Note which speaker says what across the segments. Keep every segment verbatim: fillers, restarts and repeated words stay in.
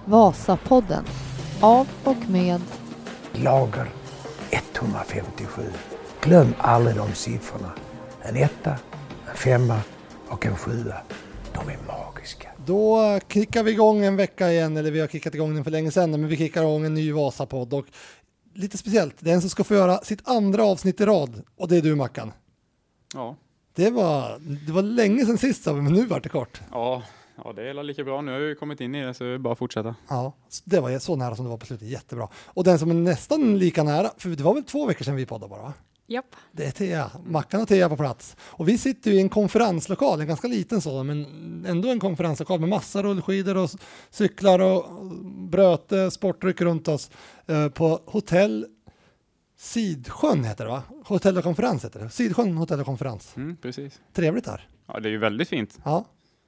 Speaker 1: Vasapodden av och med
Speaker 2: Lager etthundrafemtiosju. Glöm aldrig de siffrorna. En etta, en femma och en sjua. De är magiska.
Speaker 3: Då kickar vi igång en vecka igen, eller vi har kickat igång den för länge sedan, men vi kickar igång en ny Vasapodd och lite speciellt, det är en som ska få göra sitt andra avsnitt i rad och det är du, Mackan.
Speaker 4: Ja.
Speaker 3: Det var, det var länge sedan sist, men nu var det kort.
Speaker 4: Ja, ja, det är lika bra. Nu har vi kommit in i det så det är bara att fortsätta.
Speaker 3: Ja, det var så nära som det var på slutet, jättebra. Och den som är nästan lika nära, för det var väl två veckor sedan vi poddade bara, va?
Speaker 5: Japp.
Speaker 3: Det är Thea, Mackan och Thea på plats. Och vi sitter ju i en konferenslokal, en ganska liten sådan, men ändå en konferenslokal med massa rullskidor och cyklar och bröte, sportdryck runt oss eh, på hotell Sidsjön heter det, va? Hotell och konferens heter det. Sidsjön hotell och konferens.
Speaker 4: Mm, precis.
Speaker 3: Trevligt här.
Speaker 4: Ja, det är ju väldigt fint.
Speaker 3: Ja.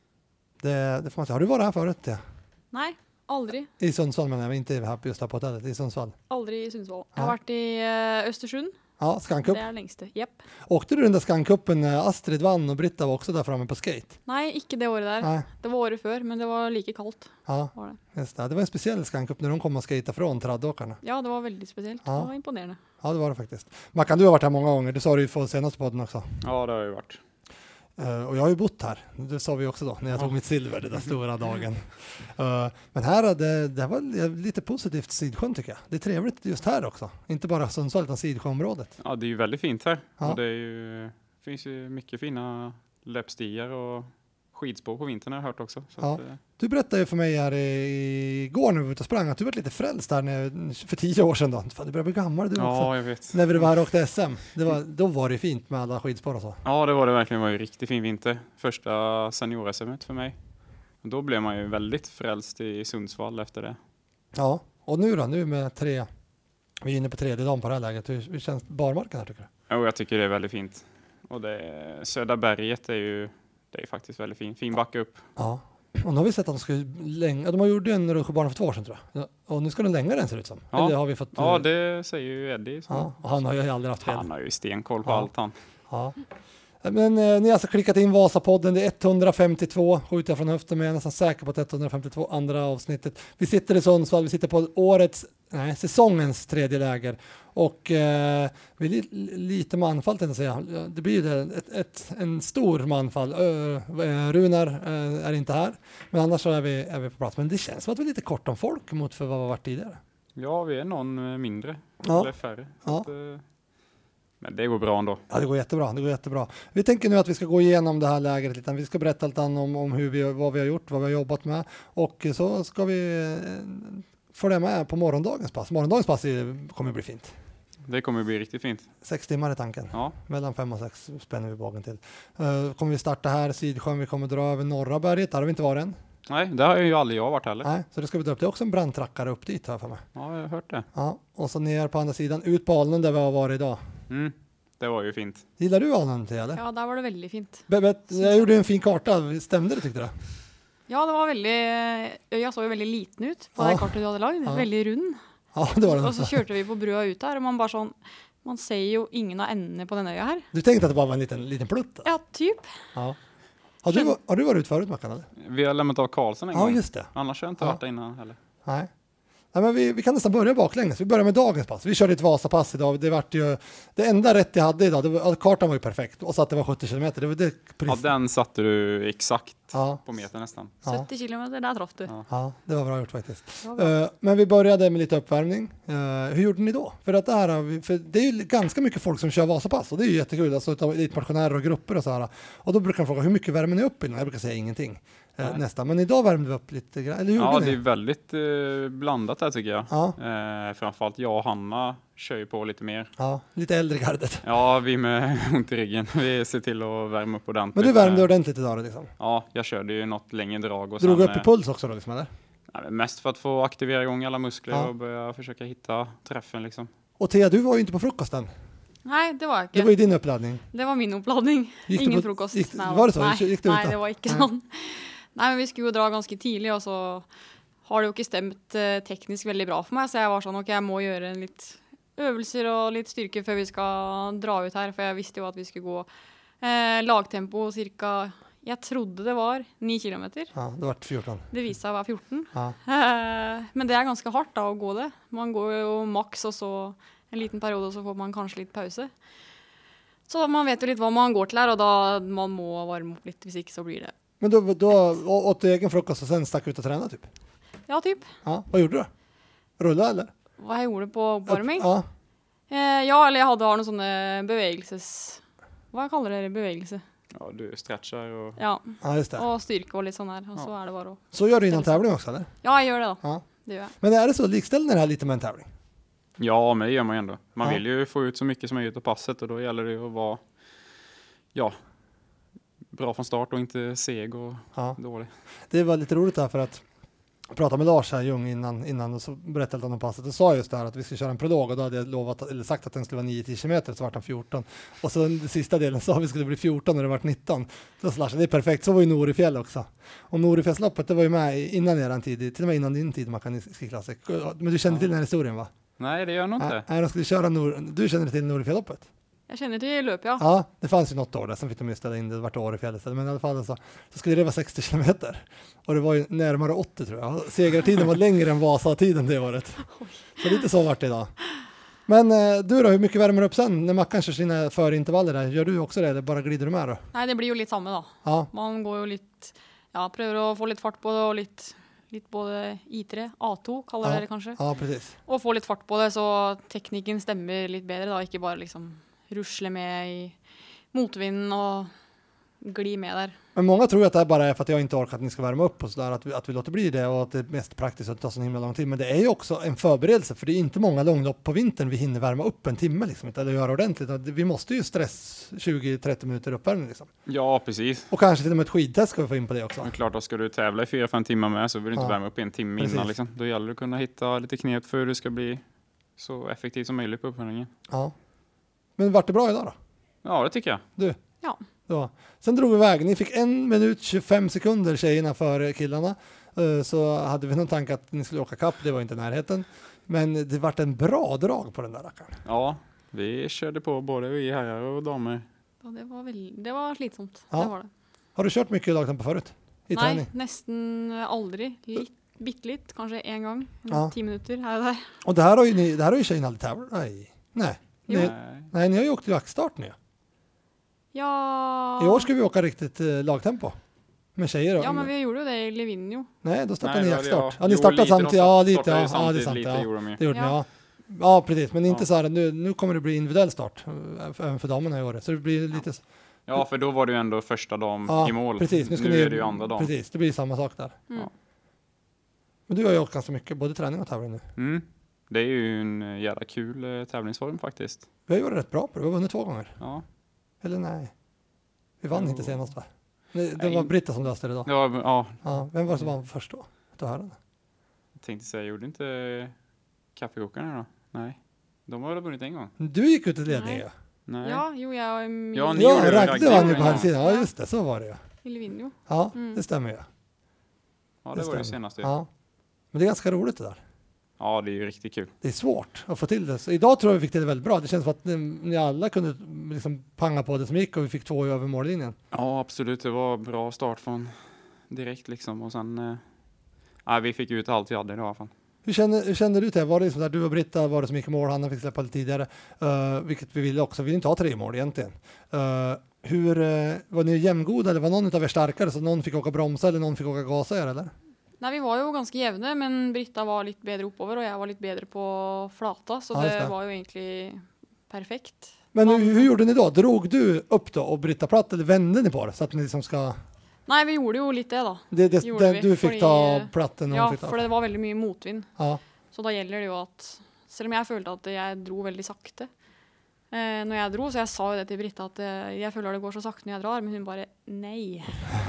Speaker 3: Det, det får man säga. Har du varit här förut? Ja.
Speaker 5: Nej, aldrig.
Speaker 3: I Sundsvall, men jag inte här just här på hotellet. I Sundsvall.
Speaker 5: Aldrig i Sundsvall.
Speaker 3: Ja.
Speaker 5: Jag har varit i uh, Östersund.
Speaker 3: Ja, Skankupp.
Speaker 5: Det är längste. Japp.
Speaker 3: Åkte du den där Skankuppen när Astrid vann och Britta var också där framme på skate?
Speaker 5: Nej, inte det året där.
Speaker 3: Nej.
Speaker 5: Det var året för, men det var lika kallt.
Speaker 3: Ja,
Speaker 5: Var det.
Speaker 3: just det. Det var en speciell Skankupp när de kom och skejtade från traddåkarna.
Speaker 5: Ja, det var väldigt speciellt.
Speaker 3: Ja.
Speaker 5: Det var imponerande.
Speaker 3: Ja, det var det faktiskt. Mackan, du har varit här många gånger. Du sa det ju för senaste podden också.
Speaker 4: Ja, det har ju varit.
Speaker 3: Uh, och jag har ju bott här. Det sa vi också då, när jag tog
Speaker 4: Ja.
Speaker 3: mitt silver, den där stora dagen. Uh, men här, det, det var lite positivt Sidsjön tycker jag. Det är trevligt just här också. Inte bara Sundsvall utan Sidsjöområdet.
Speaker 4: Ja, det är ju väldigt fint här.
Speaker 3: Ja.
Speaker 4: Och det är ju, finns ju mycket fina löpstigar och skidspår på vintern har jag hört också. Så
Speaker 3: Ja.
Speaker 4: att, eh,
Speaker 3: Du berättade ju för mig här i- igår när vi var ute och sprang att du var lite frälst där när, för tio år sedan då. Fan, du börjar bli gammal du också.
Speaker 4: ja, jag vet.
Speaker 3: När vi var här och åkte S M. Det var, då var det fint med alla skidspår och så.
Speaker 4: Ja, det var det verkligen. Det var ju riktigt fin vinter. Första senior-S M för mig. Och då blev man ju väldigt frälst i Sundsvall efter det.
Speaker 3: Ja, och nu då? Nu med tre, vi är inne på tredje dagen på det här läget. Hur, hur känns barmarken här tycker du?
Speaker 4: Och jag tycker det är väldigt fint. Och det, Södra berget är ju det är faktiskt väldigt fint. Fin backe upp.
Speaker 3: Ja, och nu har vi sett att de ska länga, de har gjort en rutschbana för två år sedan tror jag. Ja, och nu ska de länga den ser det ut som.
Speaker 4: Ja.
Speaker 3: Eller har vi fått...
Speaker 4: Ja, det säger ju Eddie. Så.
Speaker 3: Ja, och han har ju aldrig haft fel.
Speaker 4: Han har ju stenkoll på
Speaker 3: Ja.
Speaker 4: allt han.
Speaker 3: Ja. Men eh, ni har alltså klickat in Vasapodden, det är etthundrafemtiotvå, skjuter jag från höften men jag är nästan säker på att etthundrafemtiotvå andra avsnittet. Vi sitter i Sundsvall, vi sitter på årets, nej, säsongens tredje läger och eh, vi är li, lite manfall tänkte jag säga. Det blir ju det, ett, ett, en stor manfall. Ö, eh, Runar eh, är inte här, men annars så är vi, är vi på plats. Men det känns som att vi är lite kort om folk mot för vad vi har varit tidigare.
Speaker 4: Ja, vi är någon eh, mindre.
Speaker 3: Ja.
Speaker 4: Eller färre. Så
Speaker 3: Ja.
Speaker 4: att, eh, men det går bra ändå.
Speaker 3: Ja, det går jättebra. Det går jättebra. Vi tänker nu att vi ska gå igenom det här lägret lite. Vi ska berätta lite om, om hur vi, vad vi har gjort, vad vi har jobbat med. Och så ska vi eh, följa med på morgondagens pass. Morgondagens pass är, kommer bli fint.
Speaker 4: Det kommer bli riktigt fint.
Speaker 3: Sex timmar är tanken.
Speaker 4: Ja,
Speaker 3: Mellan fem och sex spänner vi bågen till. Uh, kommer vi starta här, Sidsjön. Vi kommer dra över Norra berget. Där har vi inte varit än.
Speaker 4: nej, det har ju aldrig jag varit heller.
Speaker 3: Nej, så det ska vi dra upp. Det är också en brandtrackare upp dit här för mig.
Speaker 4: Ja, jag har hört det.
Speaker 3: Ja, och så ner på andra sidan, ut på Alnen där vi har varit idag.
Speaker 4: Mm, det var ju fint.
Speaker 3: Gillar du Alnen till eller?
Speaker 5: Ja, där var det väldigt fint.
Speaker 3: Bebet, jag gjorde en fin karta. Stämde det tyckte du?
Speaker 5: Ja, det var väldigt... Jag såg ju väldigt liten ut på
Speaker 3: Ja.
Speaker 5: det kartet du hade lagt.
Speaker 3: Ja.
Speaker 5: Väldigt rund.
Speaker 3: Ja, det var det.
Speaker 5: Och så körde vi på brua ut där och man bara sån... Man ser ju ingen av ändene på den öja här.
Speaker 3: Du tänkte att det bara var en liten, liten plutt? Då?
Speaker 5: Ja, typ.
Speaker 3: Ja. Har, du, har du varit ut förut, Mackan? Eller?
Speaker 4: Vi har lämnat av Karlsson en
Speaker 3: Ja,
Speaker 4: gång.
Speaker 3: just det.
Speaker 4: Annars har jag inte
Speaker 3: Ja.
Speaker 4: varit där innan heller.
Speaker 3: Nej. Nej, men vi, vi kan nästan börja baklänges. Vi börjar med dagens pass. Vi körde ett Vasapass idag. Det, vart ju, det enda rätt jag hade idag, det var, kartan var ju perfekt. Och så att det var sjuttio kilometer. Det var det,
Speaker 4: Ja,
Speaker 3: precis.
Speaker 4: den satte du exakt
Speaker 3: Ja.
Speaker 4: på meter nästan.
Speaker 3: Ja.
Speaker 5: sjuttio kilometer, där träffade du.
Speaker 4: Ja.
Speaker 3: Ja, det var bra gjort faktiskt.
Speaker 5: Det var bra.
Speaker 3: Uh, men vi började med lite uppvärmning. Uh, hur gjorde ni då? För, att det, här, har vi- för det är ju ganska mycket folk som kör Vasapass. Och det är ju jättekul. Alltså utav elitmotionärer och grupper och så här. Och då brukar de fråga, hur mycket värmer ni upp innan? Jag brukar säga ingenting. Uh,
Speaker 4: Nej.
Speaker 3: nästan. Men idag värmde vi upp lite grann. Eller hur
Speaker 4: Ja,
Speaker 3: gjorde
Speaker 4: det
Speaker 3: ni?
Speaker 4: är väldigt eh, blandat här tycker jag.
Speaker 3: Ja,
Speaker 4: Eh, framförallt jag och Hanna kör ju på lite mer.
Speaker 3: ja, lite äldre gardet.
Speaker 4: Ja, vi med ont i ryggen. Vi ser till att värma upp ordentligt.
Speaker 3: Men du värmde
Speaker 4: Eh,
Speaker 3: ordentligt idag då, liksom?
Speaker 4: Ja, jag körde ju något längre drag. Och
Speaker 3: Drog
Speaker 4: sen,
Speaker 3: upp i
Speaker 4: eh,
Speaker 3: puls också då liksom, eller?
Speaker 4: nej, men mest för att få aktivera igång alla muskler
Speaker 3: Ja.
Speaker 4: och börja försöka hitta träffen liksom.
Speaker 3: Och Thea, du var ju inte på frukosten.
Speaker 5: Nej, det var jag
Speaker 3: Det
Speaker 5: inte.
Speaker 3: var ju din uppladdning.
Speaker 5: Det var min uppladdning.
Speaker 3: Gick du
Speaker 5: Ingen
Speaker 3: på-
Speaker 5: frukost.
Speaker 3: gick-
Speaker 5: Nej,
Speaker 3: var det så?
Speaker 5: Nej,
Speaker 3: Gick du
Speaker 5: nej
Speaker 3: utan?
Speaker 5: det var inte
Speaker 3: Nej.
Speaker 5: sånn. Nej, men vi skulle ju dra ganska tidigt och så har det ju inte stämt eh, tekniskt väldigt bra för mig. Så jag var sån, okej, jag må göra en lite övningar och lite styrka för vi ska dra ut här. För jag visste ju att vi skulle gå eh, lagtempo cirka Jag trodde det var nio kilometer.
Speaker 3: Ja, det var fjorton.
Speaker 5: Det visade sig vara fjorton.
Speaker 3: Ja.
Speaker 5: Eh, Men det är ganska hårt då att gå det. Man går ju max och så en liten period och så får man kanske lite pause. Så man vet ju lite vad man går till här och då man må varma upp lite, hvis inte så blir det.
Speaker 3: Men då, då åt du egen frukost och sen stack ut och träna typ?
Speaker 5: Ja, typ.
Speaker 3: Ja, vad gjorde du? Rulla eller?
Speaker 5: Vad jag gjorde på uppvärmning?
Speaker 3: Ja.
Speaker 5: Eh, ja, eller jag hade har någon sån bevegelses... Vad kallar det bevegelse?
Speaker 4: Ja, du stretchar och...
Speaker 5: Ja,
Speaker 3: Ja, just det.
Speaker 5: och styrka och lite sån här. Och så
Speaker 4: Ja.
Speaker 5: är det bara att...
Speaker 3: Så gör du innan tävling också eller?
Speaker 5: Ja, jag gör det då.
Speaker 3: Ja.
Speaker 5: Det gör jag.
Speaker 3: Men är det så, likställer ni det här lite med en tävling?
Speaker 4: Ja, men det gör man ju ändå. Man
Speaker 3: Ja.
Speaker 4: vill ju få ut så mycket som möjligt av passet och då gäller det ju att vara ja, bra från start och inte seg och
Speaker 3: Ja.
Speaker 4: dålig.
Speaker 3: Det var lite roligt där för att jag pratade med Lars här Ljung innan, innan och så berättade han om passet och sa just det här att vi ska köra en prolog och då hade jag lovat, eller sagt att den skulle vara nio till tio kilometer så vart den fjorton och så den sista delen sa vi skulle bli fjorton och det vart nitton. Då sa Lars, det är perfekt, så var ju Norifjäll också. Och Norifjällsloppet det var ju med innan eran tid, till och med innan din tid man kan skicka sig. Men du känner
Speaker 4: Ja.
Speaker 3: till den här historien va?
Speaker 4: Nej, det gör nog inte.
Speaker 3: Nej, de skulle köra Nor- du känner till Norifjällsloppet?
Speaker 5: Jag känner till löp, ja.
Speaker 3: Ja, det fanns ju något år där, sen fick de ju ställa in det vart år i fjället. Men i alla fall så, så skulle det vara sextio kilometer. Och det var ju närmare åttio tror jag. Segertiden var längre än Vasa-tiden det året. Så lite så vart det idag. Men eh, du då, hur mycket värmer du upp sen när Mackan kör sina förintervaller där? Gör du också det eller bara glider du med då?
Speaker 5: Nej, det blir ju lite samma då.
Speaker 3: Ja,
Speaker 5: Man går ju lite, ja, prövar att få lite fart på det och lite, lite både I tre, A två kallar
Speaker 3: Ja.
Speaker 5: det det kanske.
Speaker 3: ja precis.
Speaker 5: Och få lite fart på det så tekniken stämmer lite bättre då, inte bara liksom rusla med i motvind och gli med där.
Speaker 3: Men många tror att det här bara är för att jag inte orkar att ni ska värma upp och sådär, att vi, att vi låter bli det och att det är mest praktiskt att det tar så himla lång tid. Men det är ju också en förberedelse för det är inte många långlopp på vintern vi hinner värma upp en timme liksom, eller göra ordentligt. Vi måste ju stress tjugo till trettio minuter uppvärmning liksom.
Speaker 4: Ja, precis.
Speaker 3: Och kanske till och med ett skidtest ska vi få in på det också.
Speaker 4: Men klart, då ska du tävla i fyra, fem timmar med så vill du inte
Speaker 3: Ja.
Speaker 4: värma upp en timme
Speaker 3: Precis.
Speaker 4: innan. Liksom. Då gäller det att kunna hitta lite knep för hur det ska bli så effektivt som möjligt på uppvärmningen.
Speaker 3: Ja. Men vart det bra idag då?
Speaker 4: Ja, det tycker jag.
Speaker 3: Du?
Speaker 5: Ja.
Speaker 3: Ja. Sen drog vi iväg. Ni fick en minut tjugofem sekunder tjejerna för killarna. Uh, Så hade vi någon tanke att ni skulle åka kapp. Det var inte i närheten. Men det vart en bra drag på den där rackaren.
Speaker 4: Ja, vi körde på både vi herrar och damer.
Speaker 5: Ja, det var väl, det var slitsamt.
Speaker 3: Ja.
Speaker 5: Det var det.
Speaker 3: Har du kört mycket lagtempo förut? I
Speaker 5: Nej,
Speaker 3: träning?
Speaker 5: nästan aldrig. Lite, bittligt, kanske en gång.
Speaker 3: Ja.
Speaker 5: Tio minuter här och där.
Speaker 3: Och det här har ju, ni, det här har ju tjejerna aldrig tävlat. Nej. Nej.
Speaker 5: Jo.
Speaker 3: Ni,
Speaker 4: Nej.
Speaker 3: nej, ni har ju åkt i jaktstart nu.
Speaker 5: Ja.
Speaker 3: I år ska vi åka riktigt eh, lagtempo. Med tjejer då.
Speaker 5: Ja, men vi gjorde ju det i Livigno.
Speaker 3: Nej, då startade
Speaker 4: Nej,
Speaker 3: ni
Speaker 4: det var det,
Speaker 3: jaktstart.
Speaker 4: ja.
Speaker 3: Ja, ni
Speaker 4: Jo,
Speaker 3: startade
Speaker 4: lite,
Speaker 3: samtidigt.
Speaker 4: de
Speaker 3: Ja, lite.
Speaker 4: startade
Speaker 3: Ja,
Speaker 4: ju
Speaker 3: ja, det är
Speaker 4: samtidigt,
Speaker 3: sant.
Speaker 4: lite
Speaker 3: Ja.
Speaker 4: gjorde de ju.
Speaker 3: Det gjorde
Speaker 5: Ja.
Speaker 3: ni, ja. Ja, precis. Men inte
Speaker 4: Ja.
Speaker 3: så här, nu, nu kommer det bli individuell start. eh, Även för damerna i år. Så det blir lite...
Speaker 4: Ja, för då var det ju ändå första dagen
Speaker 3: Ja,
Speaker 4: i mål.
Speaker 3: precis. Nu, ska
Speaker 4: nu
Speaker 3: ni,
Speaker 4: är det ju andra dagen.
Speaker 3: Precis, det blir samma sak där.
Speaker 5: Mm.
Speaker 4: Ja.
Speaker 3: Men du har ju åkt ganska mycket, både träning och tävling nu.
Speaker 4: Mm. Det är ju en eh, jävla kul eh, tävlingsform faktiskt.
Speaker 3: Vi har ju varit rätt bra på det. Vi har vunnit två gånger.
Speaker 4: Ja.
Speaker 3: Eller nej. Vi vann
Speaker 4: Jo.
Speaker 3: inte senast va? Det, det
Speaker 4: Nej.
Speaker 3: var Britta som löste det då.
Speaker 4: Det var, ja,
Speaker 3: Ja, vem var det som vann först då? Då hörde
Speaker 4: jag tänkte säga, gjorde inte kaffekokarna då? Nej. De har väl vunnit en gång?
Speaker 3: Du gick ut i ledning
Speaker 5: Nej.
Speaker 3: ja.
Speaker 4: Nej.
Speaker 5: Ja, jo, jag och Emil
Speaker 4: Ja, ni
Speaker 3: Ja,
Speaker 4: gjorde det.
Speaker 3: Ragde
Speaker 4: Ragde
Speaker 3: vann ju
Speaker 4: gjorde
Speaker 3: på
Speaker 4: det.
Speaker 3: här sidan. Ja,
Speaker 5: Ja.
Speaker 3: just det. Så var det ju.
Speaker 5: i Livigno.
Speaker 3: Ja,
Speaker 5: Mm.
Speaker 3: det stämmer ju.
Speaker 4: Ja,
Speaker 3: Det
Speaker 4: det var det
Speaker 3: stämmer.
Speaker 4: senaste.
Speaker 3: Ja. Men det är ganska roligt det där.
Speaker 4: Ja, det är ju riktigt kul.
Speaker 3: Det är svårt att få till det. Så idag tror jag vi fick till det väldigt bra. Det känns som att ni, ni alla kunde liksom panga på det som gick och vi fick två över mållinjen.
Speaker 4: Ja, absolut. Det var bra start från direkt liksom. Och sen... Eh, nej, vi fick ut allt vi hade i alla fall.
Speaker 3: Hur kände, hur kände du till det? Var det liksom där du och Britta var det som gick i mål? Hanna fick släppa lite tidigare. Uh, vilket vi ville också. Vi ville inte ha tre mål egentligen. Uh, hur, uh, var ni jämngoda eller var någon av er starkare så någon fick åka bromsa eller någon fick åka gasa er eller?
Speaker 5: Nej, vi var ju ganska jämna, men Britta var lite bättre uppöver och jag var lite bättre på flata, så
Speaker 3: Ja, just
Speaker 5: det,
Speaker 3: det.
Speaker 5: var ju egentligen perfekt.
Speaker 3: Men
Speaker 5: Man-
Speaker 3: hur, hur gjorde ni då? Drog du upp då och Britta platt eller vände ni på det? Så att ni liksom ska...
Speaker 5: Nej, vi gjorde ju lite det då.
Speaker 3: Det, det,
Speaker 5: Gjorde
Speaker 3: det,
Speaker 5: vi,
Speaker 3: du fick
Speaker 5: fordi-
Speaker 3: ta platten och
Speaker 5: Ja,
Speaker 3: hon fick ta...
Speaker 5: för det var väldigt mycket motvind.
Speaker 3: Ja,
Speaker 5: Så då gäller det ju att, selv om jag følte att jag drog väldigt sakta eh, när jag drog, så jag sa ju det till Britta att eh, jag føler det går så sakta när jag drar, men hon bara nej.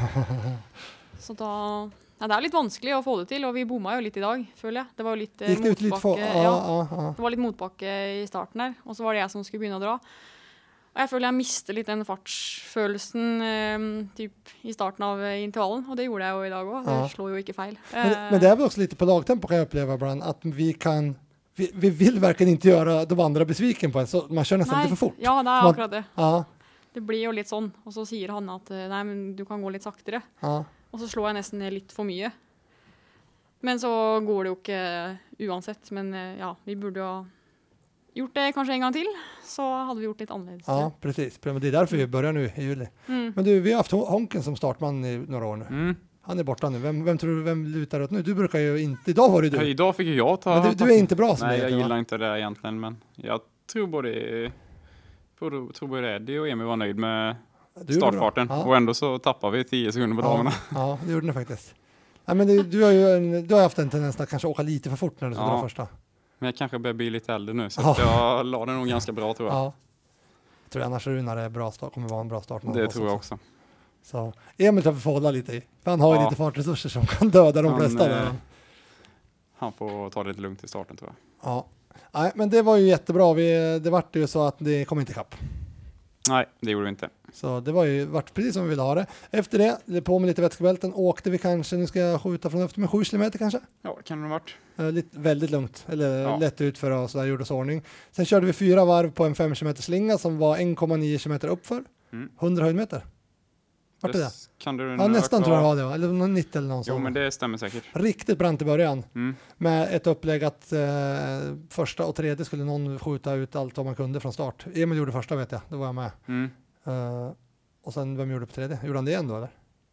Speaker 5: Så då, ja, det är lite vanskligt att få det till, och vi bommade ju lite idag, føler jag. Det var ju lite
Speaker 3: gick det ut lite för...
Speaker 5: motbacke,
Speaker 3: Ja,
Speaker 5: ja.
Speaker 3: ja, ja.
Speaker 5: Det var lite motbacke i starten här, och så var det jag som skulle börja dra. Och jag føler jag miste lite den fartsfølelsen eh, typ i starten av eh, intervallen, och det gjorde jag ju idag också.
Speaker 3: Ja.
Speaker 5: Det slår ju inte fel.
Speaker 3: Men,
Speaker 5: Eh,
Speaker 3: men det är väl också lite på lagtempo kan jag uppleva ibland att vi kan... Vi, vi vill verkligen inte göra de andra besviken på en, så man kör nästan
Speaker 5: nej,
Speaker 3: lite för fort.
Speaker 5: Ja, det är
Speaker 3: Man-
Speaker 5: akkurat det.
Speaker 3: Ja,
Speaker 5: det blir jo litt sånn. Og så sier han at eh, nei, men du kan gå litt saktere.
Speaker 3: Ja.
Speaker 5: Og så slår jeg nesten ned litt for mye. Men så går det jo ikke uansett. Men eh, ja, vi burde jo ha gjort det kanske en gång till, så hade vi gjort lite annorlunda.
Speaker 3: Ja, precis. Men det är därför vi börjar nu i juli.
Speaker 5: Mm.
Speaker 3: Men du, vi har haft Honken som startman i några år nu.
Speaker 4: Mm.
Speaker 3: Han är borta nu. Vem, vem tror du, vem lutar åt nu? Du brukar ju inte, idag var det du.
Speaker 4: Ja, idag fick ju jag ta...
Speaker 3: Men du, du är inte bra som
Speaker 4: Nej,
Speaker 3: det
Speaker 4: jag
Speaker 3: heter,
Speaker 4: gillar
Speaker 3: va?
Speaker 4: inte det egentligen, men jag tror både, både, tror både Eddie och Emil var nöjd med
Speaker 3: Du gjorde
Speaker 4: startfarten.
Speaker 3: bra. Ja.
Speaker 4: Och ändå så tappar vi tio sekunder på damerna.
Speaker 3: Ja, ja, det gjorde ni faktiskt. Nej, men du, du har ju en, du har haft en tendens att kanske åka lite för fort när du ska
Speaker 4: Ja.
Speaker 3: dra första.
Speaker 4: Men jag kanske börjar bli lite äldre nu, så
Speaker 3: Ja.
Speaker 4: att jag la den nog ganska bra, tror jag.
Speaker 3: Ja. Jag tror annars Runar är bra start, kommer vara en bra start.
Speaker 4: Det tror jag också.
Speaker 3: Så Emil tror vi får hålla lite i. För han har ju
Speaker 4: Ja.
Speaker 3: lite fartresurser som kan döda de
Speaker 4: Han,
Speaker 3: flesta.
Speaker 4: eh,
Speaker 3: Där.
Speaker 4: Han får ta det lite lugnt i starten, tror jag.
Speaker 3: Ja. Nej, men det var ju jättebra. Vi, det vart ju så att det kom inte ikapp.
Speaker 4: Nej, det gjorde vi inte.
Speaker 3: Så det var ju vart precis som vi ville ha det. Efter det, det på med lite vätskebälten, åkte vi kanske, nu ska jag skjuta från efter med sju kilometer kanske.
Speaker 4: Ja, det kan det ha varit.
Speaker 3: Eh, lite, väldigt lugnt, eller
Speaker 4: Ja.
Speaker 3: lätt ut för oss, där gjorde oss ordning. Sen körde vi fyra varv på en fem kilometer slinga som var en komma nio kilometer uppför.
Speaker 4: Mm.
Speaker 3: hundra höjdmeter. Vart är det?
Speaker 4: Kan du
Speaker 3: Ja,
Speaker 4: nu
Speaker 3: nästan
Speaker 4: ha
Speaker 3: tror jag
Speaker 4: kvar?
Speaker 3: det var, eller någon nittio eller någon
Speaker 4: Jo,
Speaker 3: sån.
Speaker 4: men det stämmer säkert.
Speaker 3: Riktigt brant i början.
Speaker 4: Mm.
Speaker 3: Med ett upplägg att eh, första och tredje skulle någon skjuta ut allt vad man kunde från start. Emil gjorde första, vet jag, då var jag med.
Speaker 4: Mm.
Speaker 3: Eh, och sen vem gjorde på tredje? Gjorde han det igen då eller?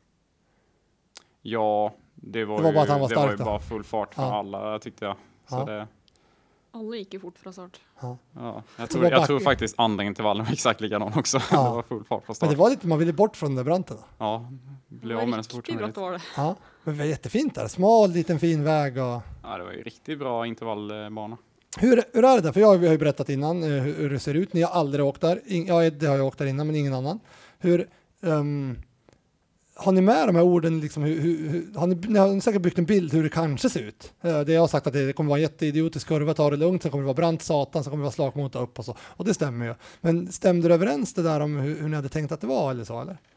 Speaker 4: Ja, det var,
Speaker 3: Det var
Speaker 4: ju,
Speaker 3: bara att han var
Speaker 4: det var
Speaker 3: stark
Speaker 4: ju
Speaker 3: då.
Speaker 4: bara full fart från
Speaker 3: Ja.
Speaker 4: alla, tyckte jag. Så
Speaker 3: Ja.
Speaker 4: det,
Speaker 5: Alla gick ju fort från start.
Speaker 3: Ja.
Speaker 4: ja. Jag,
Speaker 3: Så
Speaker 4: tror,
Speaker 3: var
Speaker 4: jag
Speaker 3: back-
Speaker 4: tror faktiskt andra intervallen var exakt likadan också.
Speaker 3: Ja.
Speaker 4: Det var full fart från
Speaker 3: Men
Speaker 4: start.
Speaker 3: det var lite, man ville bort från den där branten då.
Speaker 4: Ja,
Speaker 5: Det
Speaker 4: blev av med den så fort
Speaker 5: riktigt
Speaker 4: som
Speaker 5: bra
Speaker 4: möjligt.
Speaker 5: var det.
Speaker 3: Ja, men det var jättefint där. Smal, liten fin väg och...
Speaker 4: Ja, det var ju riktigt bra intervallbana.
Speaker 3: Hur, hur är det där? För jag har ju berättat innan eh, hur, hur det ser ut. Ni har aldrig åkt där. In, ja, det har jag åkt där innan, men ingen annan. Hur... ehm, har ni med de här orden, liksom, hur, hur, hur, har ni, ni har säkert byggt en bild hur det kanske ser ut. Eh, det jag har sagt att det kommer vara en jätteidiotisk kurva, ta det lugnt, sen kommer det vara brant satan, sen kommer det vara slagmota upp och så. Och det stämmer ju. Men stämde det överens det där om hur, hur ni hade tänkt att det var eller så, eller?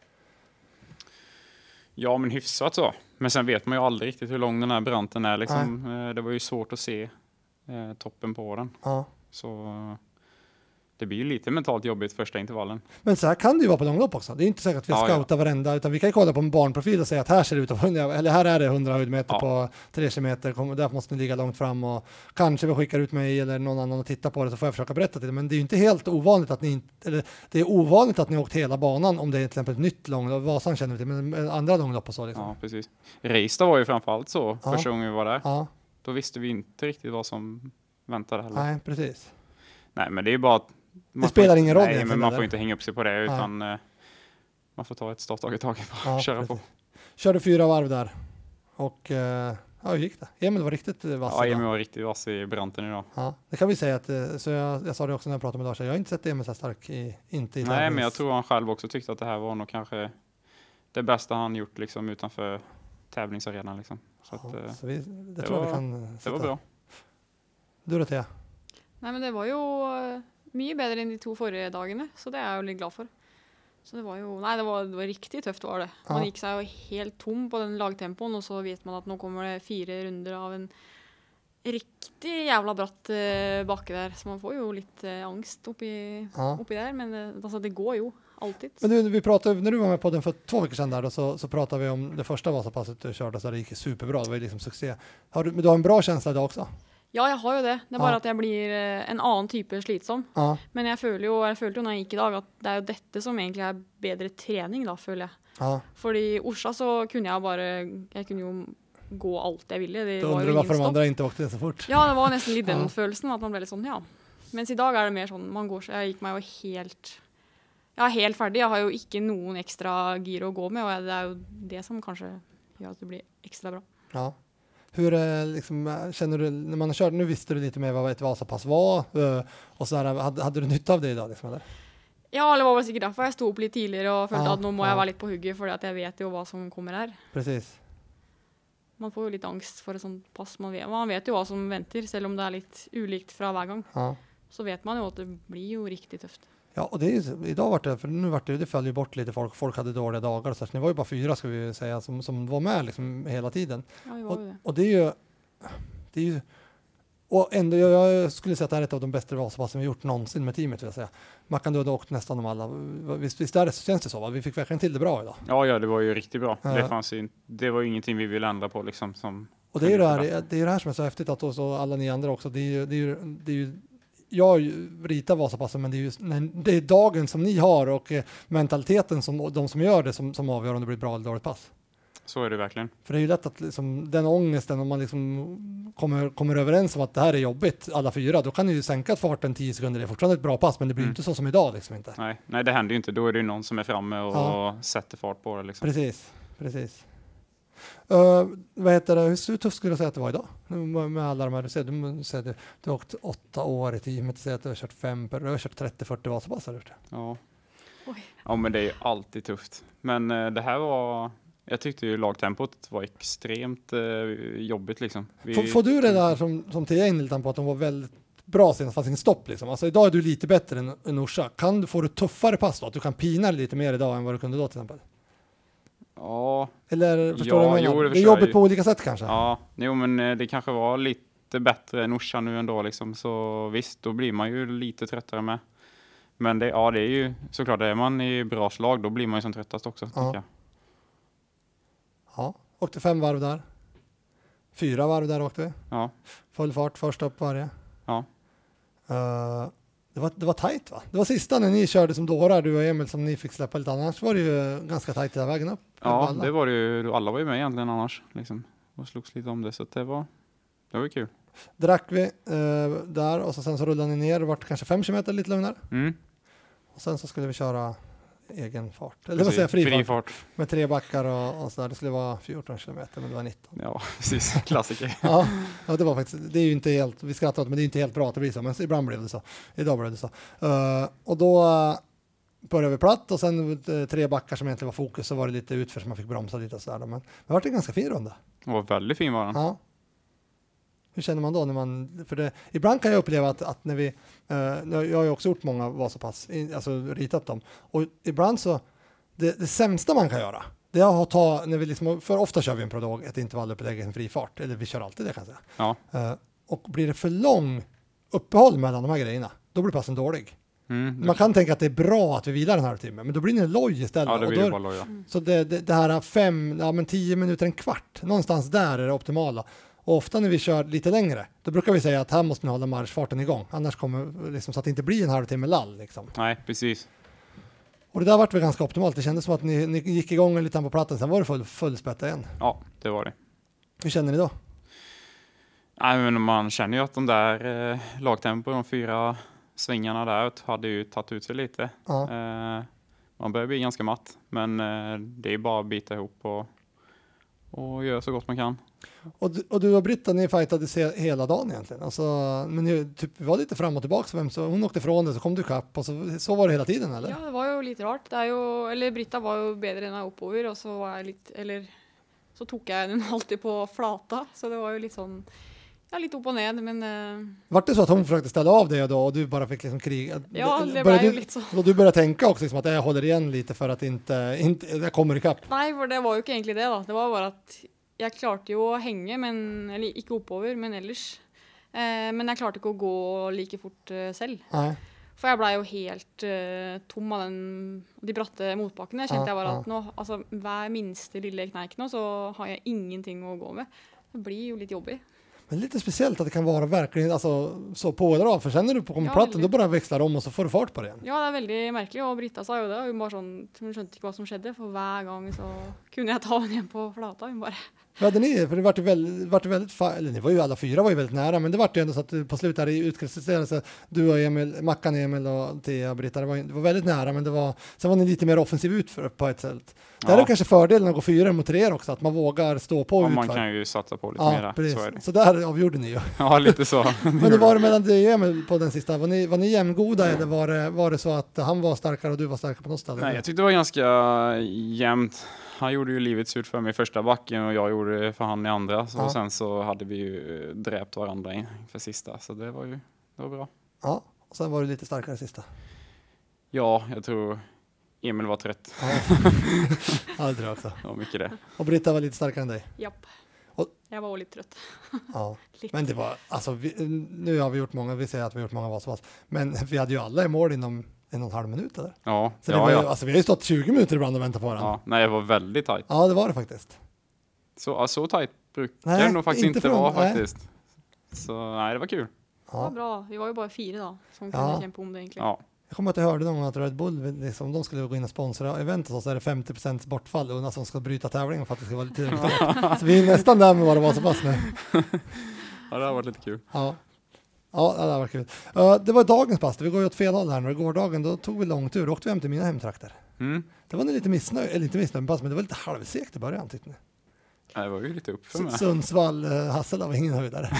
Speaker 4: Ja, men hyfsat så. Men sen vet man ju aldrig riktigt hur lång den här branten är. Liksom. Eh, Det var ju svårt att se eh, toppen på den.
Speaker 3: Ja.
Speaker 4: Så eh, det blir ju lite mentalt jobbigt första intervallen.
Speaker 3: Men så här kan det ju vara på långlopp också. Det är inte säkert att vi
Speaker 4: Ja, ja.
Speaker 3: scoutar varenda, utan vi kan ju kolla på en barnprofil och säga att här ser det ut att hundra, eller här är det hundra höjdmeter
Speaker 4: Ja.
Speaker 3: på tre kilometer, kom- där måste ni ligga långt fram och kanske vi skickar ut mig eller någon annan och titta på det så får jag försöka berätta till det. Men det är ju inte helt ovanligt att ni inte, eller det är ovanligt att ni åkt hela banan om det är till exempel ett nytt långlopp, Vasan känner vi till, men andra långlopp och så liksom.
Speaker 4: Ja, precis. Reista var ju framförallt så
Speaker 3: Ja.
Speaker 4: första gången vi var där.
Speaker 3: Ja,
Speaker 4: Då visste vi inte riktigt vad som väntade heller. Nej,
Speaker 3: nej precis.
Speaker 4: men det är ju bara att man får
Speaker 3: spelar
Speaker 4: inte-
Speaker 3: ingen roll
Speaker 4: Nej,
Speaker 3: egentligen,
Speaker 4: men man
Speaker 3: eller?
Speaker 4: får inte hänga upp sig på det, utan eh, man får ta ett startdag i taget och
Speaker 3: Ja,
Speaker 4: köra på.
Speaker 3: precis. Körde fyra varv där och eh, ja, hur gick det? Emil var riktigt eh, vass
Speaker 4: Ja,
Speaker 3: idag.
Speaker 4: Emil var riktigt vass i branten idag.
Speaker 3: Ja, det kan vi säga att, eh, så jag, jag sa det också när jag pratade med Lars, jag har inte sett Emil så här stark i, inte i
Speaker 4: Nej, men
Speaker 3: tävlings-
Speaker 4: jag tror han själv också tyckte att det här var nog kanske det bästa han gjort liksom utanför tävlingsarenan liksom. Så att,
Speaker 3: Ja,
Speaker 4: eh,
Speaker 3: så vi, det,
Speaker 4: det
Speaker 3: tror jag vi
Speaker 4: var-
Speaker 3: kan eh,
Speaker 4: det
Speaker 3: sätta.
Speaker 4: var bra.
Speaker 3: Du då Thea?
Speaker 5: Nei, men det var jo eh, mye bedre enn de to forrige dagene, så det er jeg jo litt glad for. Så det var jo, nei, det var, det var riktig tøft var det. Man
Speaker 3: Ja.
Speaker 5: gikk seg jo helt tom på den lagtempoen, og så vet man at nå kommer det fire runder av en riktig jævla bratt eh, bakke der, så man får jo litt eh, angst oppi,
Speaker 3: Ja.
Speaker 5: oppi der, men eh, altså, det går jo alltid.
Speaker 3: Men du, vi pratade, när du var med på den för två veckor sedan där då, så, så pratade vi om det första Vasapasset du körde så det gick superbra, det var ju liksom succé. Har du, men du har en bra känsla idag också?
Speaker 5: Ja, jeg har jo det. Det er
Speaker 3: Ja.
Speaker 5: bare at jeg blir eh, en annen type slitsom.
Speaker 3: Ja,
Speaker 5: Men jeg føler jo, jeg følte jo når jeg gikk i dag, at det er jo dette som egentlig er bedre trening, da, føler jeg.
Speaker 3: ja.
Speaker 5: Fordi i Orsa så kunne jeg bare, jeg kunne jo gå alt jeg ville. Det
Speaker 3: Då
Speaker 5: var
Speaker 3: undrar
Speaker 5: jo
Speaker 3: du varför
Speaker 5: ingen
Speaker 3: de
Speaker 5: stopp.
Speaker 3: andra inte åkte så fort.
Speaker 5: Ja, det var nesten litt den
Speaker 3: Ja.
Speaker 5: følelsen, at man ble litt sånn, ja. Mens i dag er det mer sånn, man går så, jeg gikk meg jo helt, jeg er helt ferdig. Jeg har jo ikke noen ekstra gir å gå med, og jeg- det er jo det som kanskje gjør at det blir ekstra bra.
Speaker 3: Ja. Hur eh, liksom, eh, känner du, när man körde, nu visste du lite mer vad ett Vasapass var eh, och så där, hade, hade du nytta av det idag liksom, eller?
Speaker 5: Ja, det var vel sikkert derfor jeg sto opp litt tidligere og følte
Speaker 3: Ja,
Speaker 5: at nå må
Speaker 3: ja.
Speaker 5: jeg være litt på hugget, fordi at jeg vet jo hva som kommer her.
Speaker 3: Precis.
Speaker 5: Man får jo litt angst for et sånt pass. Man vet, man vet jo hva som venter, selv om det er litt ulikt fra hver gang.
Speaker 3: Ja.
Speaker 5: Så vet man jo at det blir jo riktig tøft.
Speaker 3: Ja, och det är, ju- idag var det, för nu var det, det föll ju bort lite folk, folk hade dåliga dagar och så, så ni var ju bara fyra ska vi ju säga som, som var med liksom hela tiden.
Speaker 5: Ja, vi var
Speaker 3: Och,
Speaker 5: jo det.
Speaker 3: och det är ju, det är ju och ändå, jag, jag skulle säga att det här är ett av de bästa Vasapassen vi gjort någonsin med teamet, vill jag säga. Mackan, du hade åkt nästan de alla. Visst, visst är det, så känns det så, va? Vi fick verkligen till det bra idag.
Speaker 4: Ja, ja, det var ju riktigt bra.
Speaker 3: Ja.
Speaker 4: Det, fanns ju, det var ju ingenting vi ville ändra på liksom. Som
Speaker 3: och det är ju det här, det är ju det här som är så häftigt, att så alla ni andra också, det är ju, det är ju, det är ju jag ritar Vasapassen, men det är ju det är dagen som ni har och eh, mentaliteten som de som gör det som, som avgör om det blir bra eller dåligt pass.
Speaker 4: Så är det verkligen.
Speaker 3: För det är ju lätt att liksom, den ångesten, om man liksom kommer, kommer överens om att det här är jobbigt, alla fyra, då kan ni ju sänka farten tio sekunder. Det är fortfarande ett bra pass, men det blir mm. inte så som idag. Liksom inte.
Speaker 4: Nej, nej, det händer ju inte. Då är det ju någon som är framme och ja. sätter fart på det. Liksom.
Speaker 3: Precis, precis. Uh, vad heter det? Hur tufft skulle du säga att det var idag? Med alla de här, du säger, du, säger, du, du har åkt åtta år i teamet, du säger att du har kört fem, du har kört trettio fyrtio Vasapass, har du gjort.
Speaker 4: Ja.
Speaker 5: Oj.
Speaker 4: Ja, men det är ju alltid tufft. Men uh, det här var... Jag tyckte ju lagtempot var extremt eh, jobbigt liksom. Vi...
Speaker 3: Får, får du det där som, som Tia in lite på att de var väldigt bra senast, fast sin stopp liksom? Alltså idag är du lite bättre än, än Orsa. Kan du få det tuffare pass då? Att du kan pina lite mer idag än vad du kunde då till exempel?
Speaker 4: Ja.
Speaker 3: Eller förstår
Speaker 4: ja,
Speaker 3: du
Speaker 4: jo, det,
Speaker 3: det är jobbigt på olika sätt kanske?
Speaker 4: Ja, jo, men det kanske var lite bättre än Orsa nu ändå liksom. Så visst, då blir man ju lite tröttare med. Men det, ja, det är ju såklart, är man i bra slag, då blir man ju som tröttast också,
Speaker 3: ja.
Speaker 4: tycker jag.
Speaker 3: Ja, åkte fem varv där. Fyra varv där åkte vi.
Speaker 4: Ja.
Speaker 3: Full fart, första upp varje.
Speaker 4: Ja.
Speaker 3: Uh, det, var, det var tajt, va? Det var sista när ni körde som dårar, du och Emil, som ni fick släppa lite. Annars var det ju ganska tajt hela vägen upp.
Speaker 4: Ja,
Speaker 3: alla.
Speaker 4: det var det ju. Alla var ju med egentligen annars. Liksom, och slogs lite om det, så det var, det var ju kul.
Speaker 3: Drack vi uh, där och så sen så rullade ni ner. Det var kanske fem kilometer lite lugnare.
Speaker 4: Mm.
Speaker 3: Och sen så skulle vi köra egen fart. Eller vad säger jag? Fri,
Speaker 4: fri
Speaker 3: fart.
Speaker 4: fart.
Speaker 3: Med tre backar och, och så där. Det skulle vara fjorton kilometer, men det var nitton.
Speaker 4: Ja, precis. Klassiker.
Speaker 3: ja, ja, det var faktiskt, det är ju inte helt, vi skrattar åt, men det är inte helt bra att det blir så. Men ibland blev det så. Idag blev det så. Uh, och då uh, började vi platt och sen uh, tre backar som egentligen var fokus, så var det lite utför som man fick bromsa lite och sådär. Men det var en ganska fin runda.
Speaker 4: Det var väldigt fin var den.
Speaker 3: Ja. Hur känner man då när man, för det, ibland kan jag uppleva att, att när vi, uh, jag har ju också gjort många Vasapass, alltså ritat dem, och ibland så, det, det sämsta man kan göra, det är att ta, när vi liksom, för ofta kör vi en prolog, ett intervallupplägg, en fri fart, eller vi kör alltid det kan jag säga.
Speaker 4: Ja.
Speaker 3: Uh, och blir det för lång uppehåll mellan de här grejerna, då blir passen dålig.
Speaker 4: Mm,
Speaker 3: man kan tänka att det är bra att vi vilar den här timmen, men då blir det en loj istället.
Speaker 4: Ja, det blir
Speaker 3: och då,
Speaker 4: bara loj, ja.
Speaker 3: Så det, det, det här fem, ja men tio minuter, en kvart, någonstans där är det optimala. Och ofta när vi kör lite längre, då brukar vi säga att här måste ni hålla marschfarten igång. Annars kommer liksom, så att det inte blir en halvtimme lall. Liksom.
Speaker 4: Nej, precis.
Speaker 3: Och det där vart väl ganska optimalt. Det kändes som att ni, ni gick igång en liten på plattan, sen var det full, full spätta igen.
Speaker 4: Ja, det var det.
Speaker 3: Hur känner ni då?
Speaker 4: Nej, men man känner ju att de där eh, lagtempo, de fyra svingarna där hade ju tagit ut sig lite.
Speaker 3: Ja.
Speaker 4: Eh, man börjar bli ganska matt, men eh, det är bara att bita ihop och, och göra så gott man kan.
Speaker 3: Och du, och du och Britta, ni fightade se hela dagen egentligen. Alltså, men ni typ, var lite fram och tillbaka. Vem, så hon åkte ifrån det, så kom du kapp. Och så, så var det hela tiden, eller?
Speaker 5: Ja, det var ju lite rart. Det är ju, eller Britta var ju bättre än jag oppover, och så var jag lite, eller så tog jag den alltid på flata. Så det var ju lite sån, ja, lite upp och ned, men... Uh...
Speaker 3: Vart det så att hon försökte ställa av det då och du bara fick liksom kriga?
Speaker 5: Ja, det
Speaker 3: blev
Speaker 5: ju lite så.
Speaker 3: Och du började tänka också liksom, att jag håller igen lite för att inte, inte jag kommer ikapp?
Speaker 5: Nej, för det var ju inte egentligen det då. Det var bara att jag klarte ju att hänga, men, eller inte oppover, men ellers. Eh, men jag klarte inte att gå lika fort eh, själv.
Speaker 3: Nej.
Speaker 5: För jag blev ju helt eh, tom av den, de bratte motbackene. Jag kände
Speaker 3: Ja,
Speaker 5: jag bara
Speaker 3: ja.
Speaker 5: att nå, alltså, hver minste lille kneik nå, så har jag ingenting att gå med. Det blir ju lite jobbigt.
Speaker 3: Men lite speciellt att det kan vara verkligen alltså, så på eller av. För sen när du kommer
Speaker 5: Ja,
Speaker 3: plattan,
Speaker 5: väldigt.
Speaker 3: då bara växlar om och så får du fart på det igen.
Speaker 5: Ja, det är väldigt märkligt, och Britta sa ju det. Hon bara sån, hon skönte inte vad som skedde, för varje gång så kunde jag ta henne igen på flata. Hon bara...
Speaker 3: Vad hade ni? För det var ju väldigt, vart ju väldigt fa- eller ni var ju alla fyra var ju väldigt nära, men det var ju ändå så att på slutet här i utkristalliserade, du och Emil, Mackan, Emil och Tia och Britta, det var, det var väldigt nära, men det var, sen var ni lite mer offensiv utför på ett sätt. Det
Speaker 4: Ja.
Speaker 3: är kanske fördelen att gå fyra mot er också, att man vågar stå på
Speaker 4: Ja,
Speaker 3: utför.
Speaker 4: man kan ju satsa på lite
Speaker 3: Ja,
Speaker 4: mera.
Speaker 3: precis.
Speaker 4: Så är det.
Speaker 3: Så där avgjorde ni ju.
Speaker 4: Ja, lite så.
Speaker 3: Men det var det mellan dig och Emil på den sista, var ni, var ni jämngoda eller var det, var det så att han var starkare och du var starkare på något ställe?
Speaker 4: Nej, jag tyckte det var ganska jämnt. Han gjorde ju livet surt för mig i första backen och jag gjorde det för han i andra. Så
Speaker 3: Ja.
Speaker 4: sen så hade vi ju dräpt varandra in för sista. Så det var ju det var bra.
Speaker 3: Ja, och sen var du lite starkare sista.
Speaker 4: Ja, jag tror Emil var trött.
Speaker 3: Ja, ja det tror jag också.
Speaker 4: Ja, mycket det.
Speaker 3: Och Britta var lite starkare än dig.
Speaker 5: Japp.
Speaker 3: Och
Speaker 5: Jag var lite trött.
Speaker 3: Ja.
Speaker 5: Lite.
Speaker 3: Men det var, alltså, vi, nu har vi gjort många, vi säger att vi har gjort många Vasapass, men vi hade ju alla i mål inom en och en halv minut eller?
Speaker 4: Ja,
Speaker 3: Så det
Speaker 4: ja,
Speaker 3: var ju,
Speaker 4: ja.
Speaker 3: alltså, vi har ju stått tjugo minuter ibland och väntat på varandra.
Speaker 4: ja. Nej, det var väldigt tajt.
Speaker 3: Ja, det var det faktiskt.
Speaker 4: Så, ja, så tajt brukar
Speaker 3: Nej,
Speaker 4: det nog faktiskt
Speaker 3: inte
Speaker 4: inte,
Speaker 3: från-
Speaker 4: vara
Speaker 3: nej.
Speaker 4: faktiskt. Så nej, det var kul.
Speaker 5: Det var
Speaker 3: Ja.
Speaker 5: bra. Vi var ju bara fyra då som
Speaker 3: Ja.
Speaker 5: kunde kämpa om det egentligen.
Speaker 4: Ja,
Speaker 3: Jag kommer att jag hörde någon gång att Red Bull, liksom, de skulle gå in och sponsra eventet och så är det femtio procent bortfall och som ska bryta tävlingen för att det ska vara lite tillräckligt. Så vi är nästan där med vad det var så pass nu.
Speaker 4: ja det har varit lite kul.
Speaker 3: Ja. Ja, det var kul. Uh, det var dagens pass, vi går ju åt fel håll här nu. Gårdagen då tog vi lång tur och åkte vi hem till mina hemtrakter.
Speaker 4: Mm.
Speaker 3: Det var nog lite missnöjd, eller inte missnöjd med pass, men det var lite halvsekt i början tyckte ni.
Speaker 4: Ja, det var ju lite upp för
Speaker 3: S-
Speaker 4: mig.
Speaker 3: Sundsvall, uh, Hassela var ingen höjdare.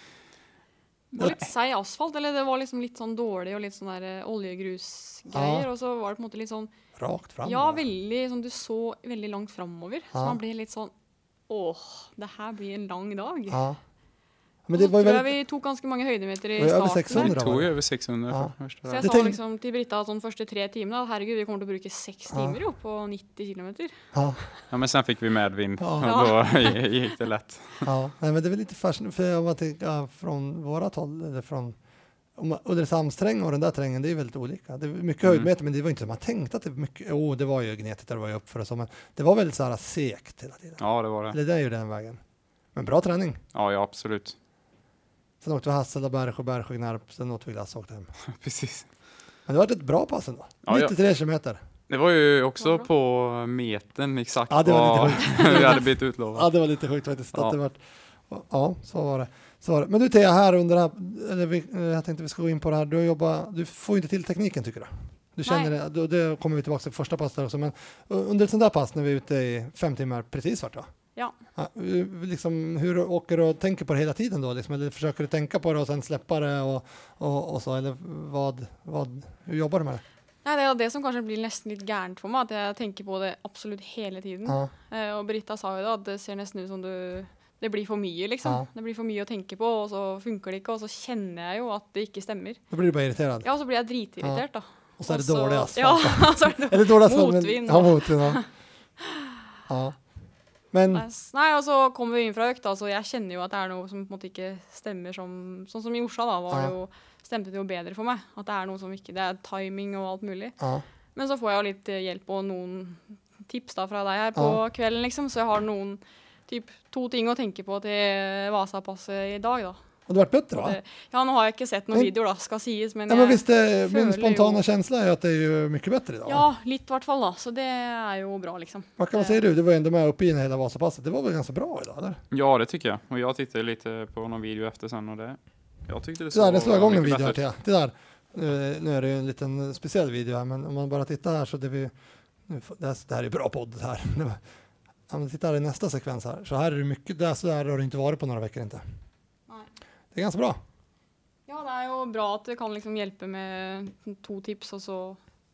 Speaker 5: Det var lite sej asfalt, eller det var liksom lite sån dålig och lite sån där uh, oljegrusgrejer
Speaker 3: Ja.
Speaker 5: och så var det på något lite sån,
Speaker 3: Rakt fram.
Speaker 5: ja
Speaker 3: bara.
Speaker 5: väldigt, som du så väldigt långt framover. Så
Speaker 3: Ja.
Speaker 5: man blir lite sån, åh, det här blir en lång dag.
Speaker 3: Ja. Men
Speaker 5: Men
Speaker 3: det
Speaker 5: så
Speaker 3: var ju
Speaker 5: tror jag
Speaker 3: väldigt...
Speaker 5: vi tog ganska många höjdemeter i
Speaker 3: Det var över
Speaker 5: starten.
Speaker 3: sexhundra.
Speaker 4: Det
Speaker 3: var
Speaker 4: tog
Speaker 3: det.
Speaker 4: ju över sexhundra
Speaker 3: Ja.
Speaker 4: för första.
Speaker 5: Så jag
Speaker 3: Det
Speaker 5: sa
Speaker 3: tänk-
Speaker 5: liksom till Britta att de första tre timmarna, herregud, vi kommer att bruka sex
Speaker 3: Ja.
Speaker 5: timmar upp på nittio kilometer.
Speaker 3: Ja.
Speaker 4: Ja, men sen fick vi medvind
Speaker 3: Ja.
Speaker 4: och då gick det lätt.
Speaker 3: Ja, nej, men det är väl lite fascinerande, för om man tänker från vårat håll, eller från om man- Ulricehamnsträng och den där terrängen, det är väldigt olika. Det är mycket
Speaker 4: Mm.
Speaker 3: höjdmeter, men det var inte som man tänkte att det var mycket, jo det var ju gnetigt, det var ju uppför och så, men det var väldigt så här segt hela tiden.
Speaker 4: Ja, det var det.
Speaker 3: Eller det är ju den vägen. Men bra träning.
Speaker 4: Ja, ja absolut.
Speaker 3: Sen åkte vi Hassela, Bergsjö, Bergsjö, Gnarp, sen åt vi glass och åkte hem.
Speaker 4: Precis.
Speaker 3: Men det var ett bra pass ändå.
Speaker 4: Ja, ja.
Speaker 3: nittiotre kilometer.
Speaker 4: Det var ju också
Speaker 5: Vad bra.
Speaker 4: på metern exakt
Speaker 3: Ja, det var
Speaker 4: vad
Speaker 3: lite
Speaker 4: vi hade blivit utlovat.
Speaker 3: Ja, det var lite sjukt faktiskt. Att
Speaker 4: Ja.
Speaker 3: det var, ja, så var det. Så var det. Men du Thea, här under det här, eller vi, jag tänkte vi ska gå in på det här. Du, jobbar, du får ju inte till tekniken tycker du. Du känner det, då- det kommer vi tillbaka till första passet också. Men under ett sånt där pass när vi är ute i fem timmar precis vart va?
Speaker 5: Ja.
Speaker 3: Ja, liksom, hur åker du och tänker på det hela tiden då? Liksom, eller försöker du tänka på det och sen släppa det och, och, och så? Eller vad, vad, hur jobbar du med det?
Speaker 5: Nej, det är det som kanske blir nästan lite gärnt för mig, att jag tänker på det absolut hela tiden.
Speaker 3: Ja,
Speaker 5: Eh, och Britta sa ju då att det ser nästan ut som du, det blir för mycket liksom.
Speaker 3: Ja.
Speaker 5: Det blir för mycket att tänka på och så funkar det inte och så känner jag ju att det inte stämmer.
Speaker 3: då blir du bara irriterad.
Speaker 5: Ja, så blir jag dritirriterad då.
Speaker 3: Och så är det
Speaker 5: Och så-
Speaker 3: dålig asfalt.
Speaker 5: Ja, så är det
Speaker 3: Eller dålig asfalt, men-
Speaker 5: motvind.
Speaker 3: Ja, motvind. Ja. Ja. Men,
Speaker 5: Nice. Nej, och så kommer vi in från Økta, så jag känner ju att det är något som på en måte inte stämmer som, sånn som i Orsa då, var
Speaker 3: Ja.
Speaker 5: det jo, stämte det jo bedre for meg. At det er noe som ikke, det er timing og alt mulig.
Speaker 3: ja.
Speaker 5: Men så får jeg jo litt eh, hjelp og noen tips da fra deg her på
Speaker 3: Ja.
Speaker 5: kvelden, liksom. Så jeg har noen, typ, to ting å tenke på til Vasapasset i dag, da.
Speaker 3: Och det har varit bättre va?
Speaker 5: Det, ja, nå har jeg ikke sett noen
Speaker 3: Men-
Speaker 5: videoer, da, skal sies, men,
Speaker 3: Ja, men
Speaker 5: jeg-
Speaker 3: visst, det, min
Speaker 5: føler
Speaker 3: spontana
Speaker 5: jo-
Speaker 3: känsla är ju att det är ju mycket bättre idag.
Speaker 5: Ja, litt i hvert fall, da. Så det er jo bra, liksom.
Speaker 3: Vad kan man säga du? Du var ju ändå med uppe i hela Vasapasset. Det var väl ganska bra idag, eller?
Speaker 4: Ja, det tycker jag. Och jag tittade lite på någon video efter sen och det, jag tyckte det
Speaker 3: Så där, det slår igång en
Speaker 4: mycket
Speaker 3: video här
Speaker 4: bättre
Speaker 3: till.
Speaker 4: ut.
Speaker 3: Det där. Nu, nu är det ju en liten speciell video här, men om man bara tittar här så det vi... Nu, får- det, här, det här är bra podd här. Nu, om man tittar i nästa sekvens här, så här är det mycket, där, så där har det inte varit på några veckor inte.
Speaker 5: Nei.
Speaker 3: Det är ganska bra.
Speaker 5: Ja, det er jo bra at det kan liksom hjelpe med to tips, og så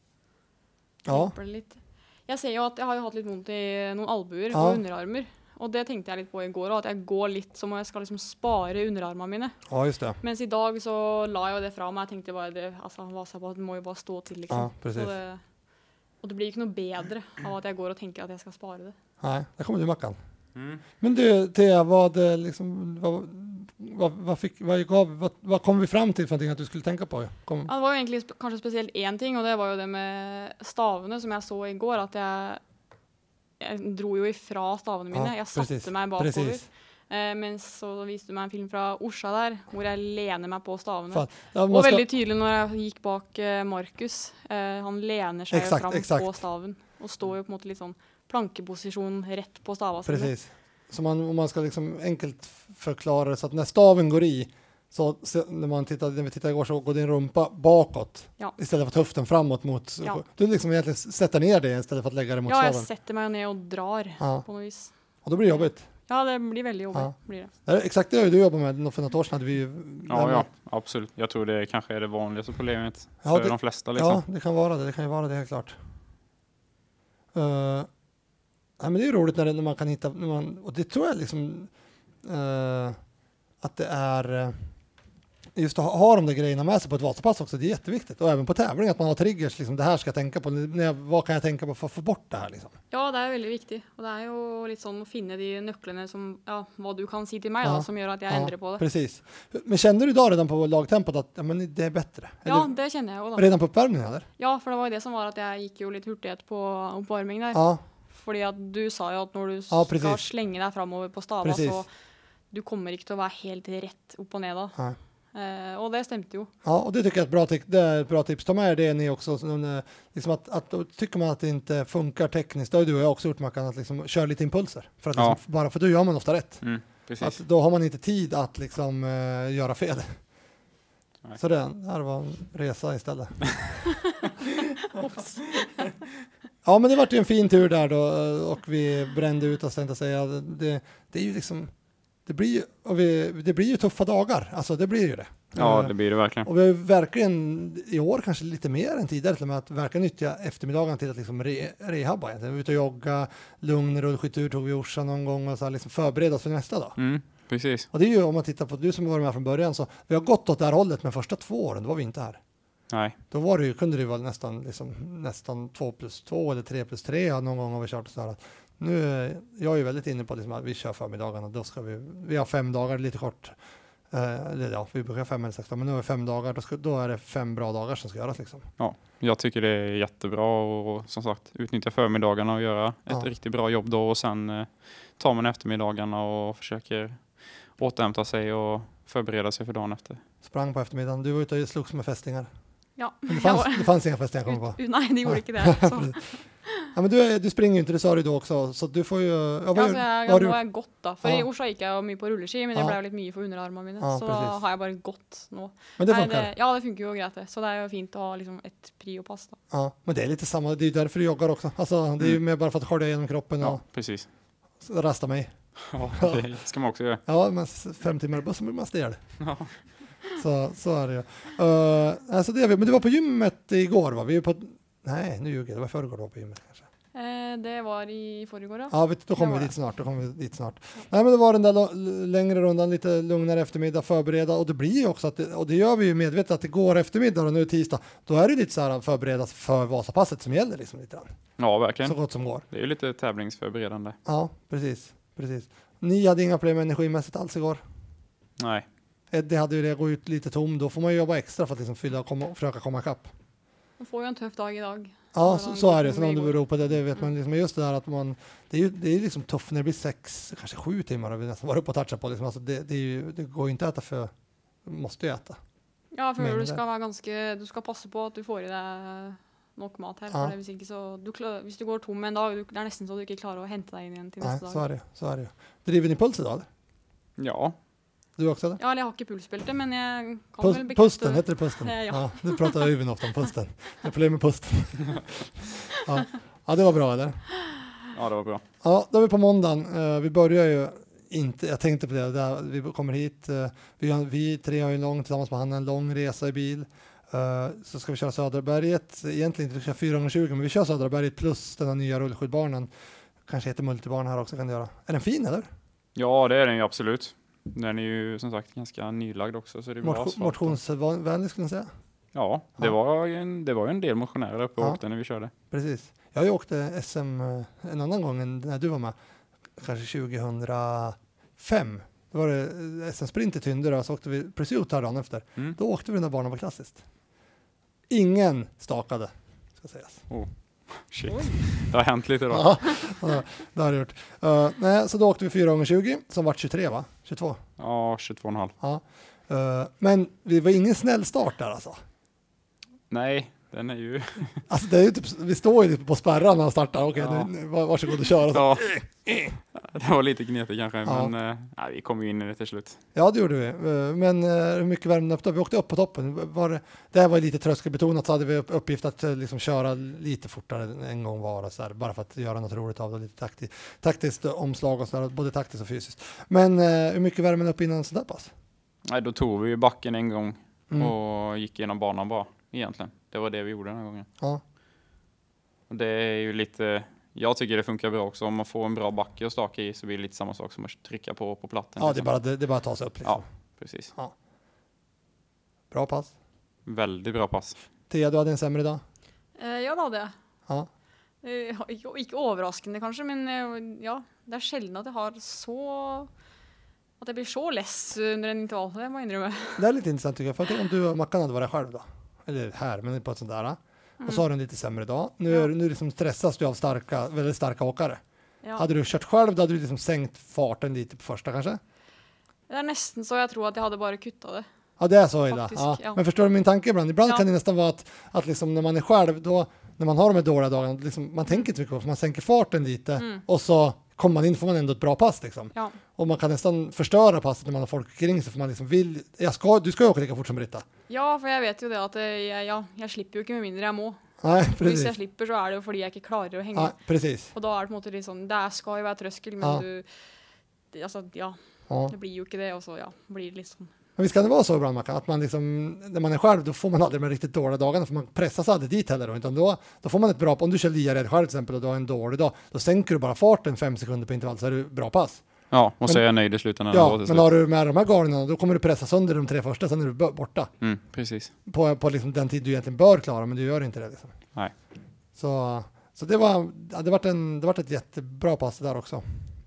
Speaker 3: Ja,
Speaker 5: hjelper det litt. Jeg ser jo at jeg har jo hatt litt vondt i noen albuer
Speaker 3: Ja.
Speaker 5: og underarmer. Og det tenkte jeg litt på i går, og at jeg går litt som om jeg skal liksom spare underarmene mine.
Speaker 3: ja just det.
Speaker 5: Mens i dag så la jeg jo det fra meg. Jeg tenkte bare det, altså Vasapasset må jo bare stå til, liksom.
Speaker 3: Ja, precis.
Speaker 5: Så det, og det blir ikke noe bedre av at jeg går og tenker at jeg skal spare det.
Speaker 3: Nej, där kommer du Mackan.
Speaker 4: Mm.
Speaker 3: Men du, Thea, vad, eh, liksom, vad, vad, vad, fick, vad, gav, vad, vad kom vi fram till för någonting att du skulle tänka på? Kom,
Speaker 5: Ja, det var jo egentlig sp kanskje spesielt én ting, og det var jo det med stavene som jeg så i går. At jeg, jeg dro jo ifra stavene mine.
Speaker 3: Ja,
Speaker 5: jeg satte
Speaker 3: precis,
Speaker 5: meg bakover.
Speaker 3: precis.
Speaker 5: Eh, men så viste du meg en film fra Orsa der, hvor jeg lener meg på stavene.
Speaker 3: Fan, ja, man
Speaker 5: Og
Speaker 3: ska-
Speaker 5: veldig tydelig når jeg gikk bak eh, Markus. Eh, han lener seg jo
Speaker 3: Exakt,
Speaker 5: fram
Speaker 3: exakt.
Speaker 5: på staven, og står jo på en måte litt sånn plankeposisjon rett på stava sine.
Speaker 3: Precis. Så man, om man ska liksom enkelt förklara det så att när staven går i, så se- när man tittar, när vi tittar igår så går din rumpa bakåt
Speaker 5: Ja.
Speaker 3: istället för att höften framåt mot,
Speaker 5: Ja.
Speaker 3: du liksom egentligen sätter ner det istället för att lägga det mot
Speaker 5: Ja, jeg
Speaker 3: staven.
Speaker 5: setter meg jo ned og drar
Speaker 3: Ja.
Speaker 5: på noe vis.
Speaker 3: Och då blir det jobbigt.
Speaker 5: Ja, det blir veldig jobbig.
Speaker 3: Ja.
Speaker 5: Blir det.
Speaker 3: Det är exakt det du jobbar med, för något år sedan hade vi ju...
Speaker 4: Ja, ja, absolut. Jag tror det kanske är det vanligaste problemet
Speaker 3: Ja,
Speaker 4: för
Speaker 3: det-
Speaker 4: de flesta liksom.
Speaker 3: Ja, det kan vara det. Det kan ju vara det helt klart. Uh, ja, men det är ju roligt när, det, när man kan hitta, när man, och det tror jag liksom uh, att det är uh, just att ha, ha de där grejerna med sig på ett Vasapass också, det är jätteviktigt. Och även på tävling, att man har triggers, liksom, det här ska jag tänka på, när jag, vad kan jag tänka på för att få bort det här liksom?
Speaker 5: Ja, det är väldigt viktigt. Och det är ju lite sån att finna de nycklarna som, ja, vad du kan säga till mig
Speaker 3: ja.
Speaker 5: då, som gör att jag
Speaker 3: ja,
Speaker 5: ändrar på det.
Speaker 3: Precis. Men kände du idag redan på lagtempot att ja, men det är bättre?
Speaker 5: Ja,
Speaker 3: eller?
Speaker 5: det känner jag. Då.
Speaker 3: Redan på uppvärmningen eller?
Speaker 5: Ja, för det var ju det som var att jag gick ju lite hurtighet på uppvärmning där.
Speaker 3: Ja.
Speaker 5: Fordi att du sa ju att när du
Speaker 3: ja,
Speaker 5: ska slänga dig framåt på stavar
Speaker 3: precis.
Speaker 5: så du kommer inte att vara helt rätt upp och ner då.
Speaker 3: Ja.
Speaker 5: Eh, och det stämde ju.
Speaker 3: Ja, och det tycker jag är ett bra, det är ett bra tips. Ta med er det ni också. Så, liksom att, att, tycker man att det inte funkar tekniskt, då har du och jag också gjort, man kan att liksom köra lite impulser. För att
Speaker 4: Ja.
Speaker 3: liksom, bara för då gör man ofta rätt.
Speaker 4: Mm, precis.
Speaker 3: Att då har man inte tid att liksom uh, göra fel.
Speaker 4: Nej.
Speaker 3: Så det här var en resa istället. Ja, men det var ju en fin tur där då, och vi brände ut oss, tänkte jag säga. Det, det är ju liksom, det blir ju, och vi, det blir ju tuffa dagar, alltså det blir ju det.
Speaker 4: Ja, det blir det verkligen.
Speaker 3: Och vi har ju verkligen i år kanske lite mer än tidigare till och med att verkligen nyttja eftermiddagen till att liksom re, rehabba egentligen. Ut och jogga, lugn rullskidtur tog vi i Orsa någon gång och så här liksom förbereda oss för nästa dag.
Speaker 4: Mm, precis.
Speaker 3: Och det är ju, om man tittar på du som var med från början, så vi har gått åt det här hållet, men första två åren, då var vi inte här.
Speaker 4: Nej.
Speaker 3: Då var det ju, kunde det vara nästan, liksom, nästan två plus två eller tre plus tre någon gång har vi kört så här. Nu, jag är ju väldigt inne på liksom att vi kör förmiddagarna, då ska vi, vi har fem dagar, lite kort. Uh, ja, vi brukar fem eller sex dagar, men nu är det fem dagar, då, ska, då är det fem bra dagar som ska göras liksom.
Speaker 4: Ja, jag tycker det är jättebra och, och som sagt utnyttja förmiddagarna och göra ett
Speaker 3: ja.
Speaker 4: riktigt bra jobb då, och sen eh, tar man eftermiddagarna och försöker återhämta sig och förbereda sig för dagen efter.
Speaker 3: Sprang på eftermiddagen, du var ute och slogs med fästingar.
Speaker 5: Ja.
Speaker 3: Men det, fanns, det fanns inga fästingar kom på.
Speaker 5: Ut, nej, det gjorde inte det. Så.
Speaker 3: Ja, men du, du springer ju inte, det sa du då också, så du får ju... Ja,
Speaker 5: Ja,
Speaker 3: vad,
Speaker 5: så jag,
Speaker 3: vad
Speaker 5: jag,
Speaker 3: har
Speaker 5: jag
Speaker 3: du,
Speaker 5: gått då. För
Speaker 3: Ja.
Speaker 5: i Orsa gick jag mycket på rulleski, men det
Speaker 3: Ja.
Speaker 5: blev lite mycket för underarmarna mina.
Speaker 3: Ja,
Speaker 5: så då
Speaker 3: precis.
Speaker 5: har jag bara gått nu.
Speaker 3: men det
Speaker 5: Nej,
Speaker 3: funkar.
Speaker 5: det, ja, det funkar ju grejt det. Så det är ju fint att ha liksom ett priopass då.
Speaker 3: Ja, men det är lite samma, det är ju därför du joggar också. Alltså, det är ju
Speaker 4: Mm.
Speaker 3: mer bara för att skölja igenom kroppen
Speaker 4: Ja,
Speaker 3: och
Speaker 4: precis.
Speaker 3: rasta mig.
Speaker 4: Ja, det ska man också göra.
Speaker 3: Ja, men fem timmar i bussen blir man stel.
Speaker 4: Ja.
Speaker 3: Så, så är det ju. Uh, alltså det är vi, men du var på gymmet igår va? Vi är på, nej, nu ljuger jag, det var förrgår du var på gymmet kanske.
Speaker 5: Eh, det var i förrgår då.
Speaker 3: Ja, vi, då kommer
Speaker 5: Det var
Speaker 3: vi dit
Speaker 5: det.
Speaker 3: snart. Då kommer vi dit snart. Nej, men det var den där lo- längre rundan, lite lugnare eftermiddag, förbereda. Och det blir ju också, att det, och det gör vi ju medvetet, att det går eftermiddag och nu är tisdag. Då är det lite så här förberedas för Vasapasset som gäller liksom lite grann.
Speaker 4: Ja, verkligen.
Speaker 3: Så gott som går.
Speaker 4: Det är ju lite tävlingsförberedande.
Speaker 3: Ja, precis. precis. Ni hade inga problem energimässigt alls igår.
Speaker 4: Nej.
Speaker 3: Eddie hade ju det, gå ut lite tom. Då får man ju jobba extra för att liksom fylla och komma, försöka komma ikapp.
Speaker 5: Man får ju en tuff dag idag.
Speaker 3: Ja,
Speaker 5: Så
Speaker 3: så,
Speaker 5: de
Speaker 3: så
Speaker 5: går
Speaker 3: är det.
Speaker 5: som
Speaker 3: Så om
Speaker 5: vi
Speaker 3: du
Speaker 5: går.
Speaker 3: beror på det, det vet man liksom. Men just det där att man, det är ju det är liksom tufft när det blir sex, kanske sju timmar och vi nästan var uppe och touchade på. Liksom. Alltså det, det, är ju, det går ju inte att äta för, du måste ju äta.
Speaker 5: Ja, för
Speaker 3: mängder.
Speaker 5: du ska vara ganska, du ska passa på att du får i dig nog mat här.
Speaker 3: Ja.
Speaker 5: För det, hvis ikke så, du, klar- hvis du går tom en dag, du, det är nästan så att du inte klarar att hämta dig in igen till
Speaker 3: Nej,
Speaker 5: nästa
Speaker 3: så
Speaker 5: dag.
Speaker 3: är det. Så är det. Driver ni puls idag? Eller?
Speaker 4: Ja.
Speaker 3: Du också eller?
Speaker 5: Ja, eller jag har inte pulsbälte, men jag kan
Speaker 3: Pus,
Speaker 5: väl bekräfta.
Speaker 3: pusten, heter det pusten?
Speaker 5: Eh, ja.
Speaker 3: Ja, det pratar Öyvind ofta om, pusten. Jag har problem med pusten. ja. ja, det var bra eller?
Speaker 4: Ja, det var bra.
Speaker 3: Ja, då är vi på måndagen. Uh, vi börjar ju inte, jag tänkte på det, där, vi kommer hit, uh, vi, har, vi tre har ju en lång, tillsammans med han en lång resa i bil. Uh, så ska vi köra Söderberget, egentligen inte vi kör fyra gånger tjugo, men vi kör Söderberget plus den här nya rullskidbanan. Kanske heter multibarn här också, kan det göra. Är den fin eller?
Speaker 4: Ja, det är den ju absolut. Den är ju som sagt ganska nylagd också, så det är bra
Speaker 3: Motion,
Speaker 4: asfalt.
Speaker 3: motionsvänlig skulle jag säga.
Speaker 4: Ja, det,
Speaker 3: Ja.
Speaker 4: Var ju en, det var ju en del motionärer uppe och
Speaker 3: Ja.
Speaker 4: åkte när vi körde.
Speaker 3: Precis. Jag har ju åkt S M uh, en annan gång än när du var med. Kanske tjugohundrafem. Då var det uh, S M-sprint i Tyndra, så åkte vi precis ut här dagen efter.
Speaker 4: Mm.
Speaker 3: Då åkte vi den där banan på klassiskt. Ingen stakade, ska sägas.
Speaker 4: Shit. Det har hänt lite då.
Speaker 3: Ja, ja, det har det gjort. Uh, nej, så då åkte vi fyra gånger tjugo, som vart tjugotre va? tjugotvå.
Speaker 4: Ja, tjugotvå komma fem.
Speaker 3: Ja. Uh, men det var ingen snäll start där alltså.
Speaker 4: Nej, den är ju...
Speaker 3: Alltså det är ju typ, vi står ju på spärran när han startar. Okej,
Speaker 4: Ja.
Speaker 3: nu, nu, varsågod och kör.
Speaker 4: Ja, det var lite gnetigt kanske,
Speaker 3: Ja.
Speaker 4: men eh, nej, vi kom ju in i det till slut.
Speaker 3: Ja, det gjorde vi. Uh, men uh, hur mycket värmde upp då? Vi åkte upp på toppen. Var det, det här var lite tröskelbetonat, så hade vi upp, uppgift att uh, liksom köra lite fortare en gång var. Och så här, bara för att göra något roligt av det. Lite takti, taktiskt omslag och så där, både taktiskt och fysiskt. Men uh, hur mycket värmen upp innan sådär pass?
Speaker 4: Nej, då tog vi ju backen en gång
Speaker 3: Mm.
Speaker 4: och gick igenom banan bara, egentligen. Det var det vi gjorde den här gången.
Speaker 3: Ja.
Speaker 4: Och det är ju lite... Jag tycker det funkar bra också. Om man får en bra backe att staka i så blir det lite samma sak som att trycka på på platten.
Speaker 3: Ja, det är
Speaker 4: liksom.
Speaker 3: bara, det, det är bara att ta sig upp. Liksom.
Speaker 4: Ja, precis.
Speaker 3: Bra pass.
Speaker 4: Väldigt bra pass.
Speaker 3: Thea, du hade en sämre dag?
Speaker 5: Eh, ja, det hadde jeg.
Speaker 3: Ja.
Speaker 5: Eh, ikke, ikke overraskende, kanskje, men eh, ja, det er sjelden at jeg har så At jeg blir så less under en intervall. Det må jeg innrømme.
Speaker 3: Det är lite intressant tycker jag. För att om du och Mackan hade varit själv då. Eller här, men på ett sånt där.
Speaker 5: Mm.
Speaker 3: Och så har du en lite sämre dag. Nu, är, nu liksom stressas du av starka, väldigt starka åkare.
Speaker 5: Ja.
Speaker 3: Hade du kört själv, då hade du liksom sänkt farten lite på första kanske?
Speaker 5: Det er nesten så jeg tror at jeg hadde bare kutta det.
Speaker 3: Ja, det är så illa.
Speaker 5: Faktiskt,
Speaker 3: Ja.
Speaker 5: ja.
Speaker 3: Men förstår du min tanke ibland? Ibland
Speaker 5: Ja.
Speaker 3: kan det nästan vara att, att liksom när man är själv, då, när man har de här dåliga dagarna, liksom, man tänker inte mycket på, för man sänker farten lite
Speaker 5: Mm.
Speaker 3: och så kommer man in, får man ändå ett bra pass liksom.
Speaker 5: Ja.
Speaker 3: Och man kan nästan förstöra passet när man har folk kring sig, för man liksom vill, jag ska, du ska ju åka lika fort som Britta.
Speaker 5: ja, for jeg vet jo det at jeg, ja, jeg slipper jo ikke med mindre jeg må.
Speaker 3: Nej,
Speaker 5: Og hvis
Speaker 3: precis.
Speaker 5: jeg slipper, så er det jo fordi jeg ikke klarer å henge.
Speaker 3: Ja, precis.
Speaker 5: Og da er det på en måte litt sånn, det er- skal jo være trøskel, men
Speaker 3: Ja.
Speaker 5: du, det, altså, ja,
Speaker 3: Ja.
Speaker 5: det blir jo ikke det, og så, ja, blir det litt sånn.
Speaker 3: Men visst kan det vara så ibland, Mackan, att man liksom, när man är själv, då får man aldrig de riktigt dåliga dagarna, för man pressas aldrig dit heller då, utan då, då får man ett bra, om du kör liared själv till exempel och du har en dålig dag, då sänker du bara farten fem sekunder på intervall, så är det bra pass.
Speaker 4: Ja, och så
Speaker 3: Men-
Speaker 4: är jag nöjd i slutändan.
Speaker 3: Ja,
Speaker 4: ändå till
Speaker 3: men
Speaker 4: slut.
Speaker 3: har du med de här garnerna, då kommer du pressa sönder de tre första, sen är du b- borta.
Speaker 4: Mm, precis.
Speaker 3: På, på liksom den tid du egentligen bör klara, men du gör inte det liksom.
Speaker 4: Nej.
Speaker 3: Så, så det var, ja, det var en, det var ett jättebra pass där också.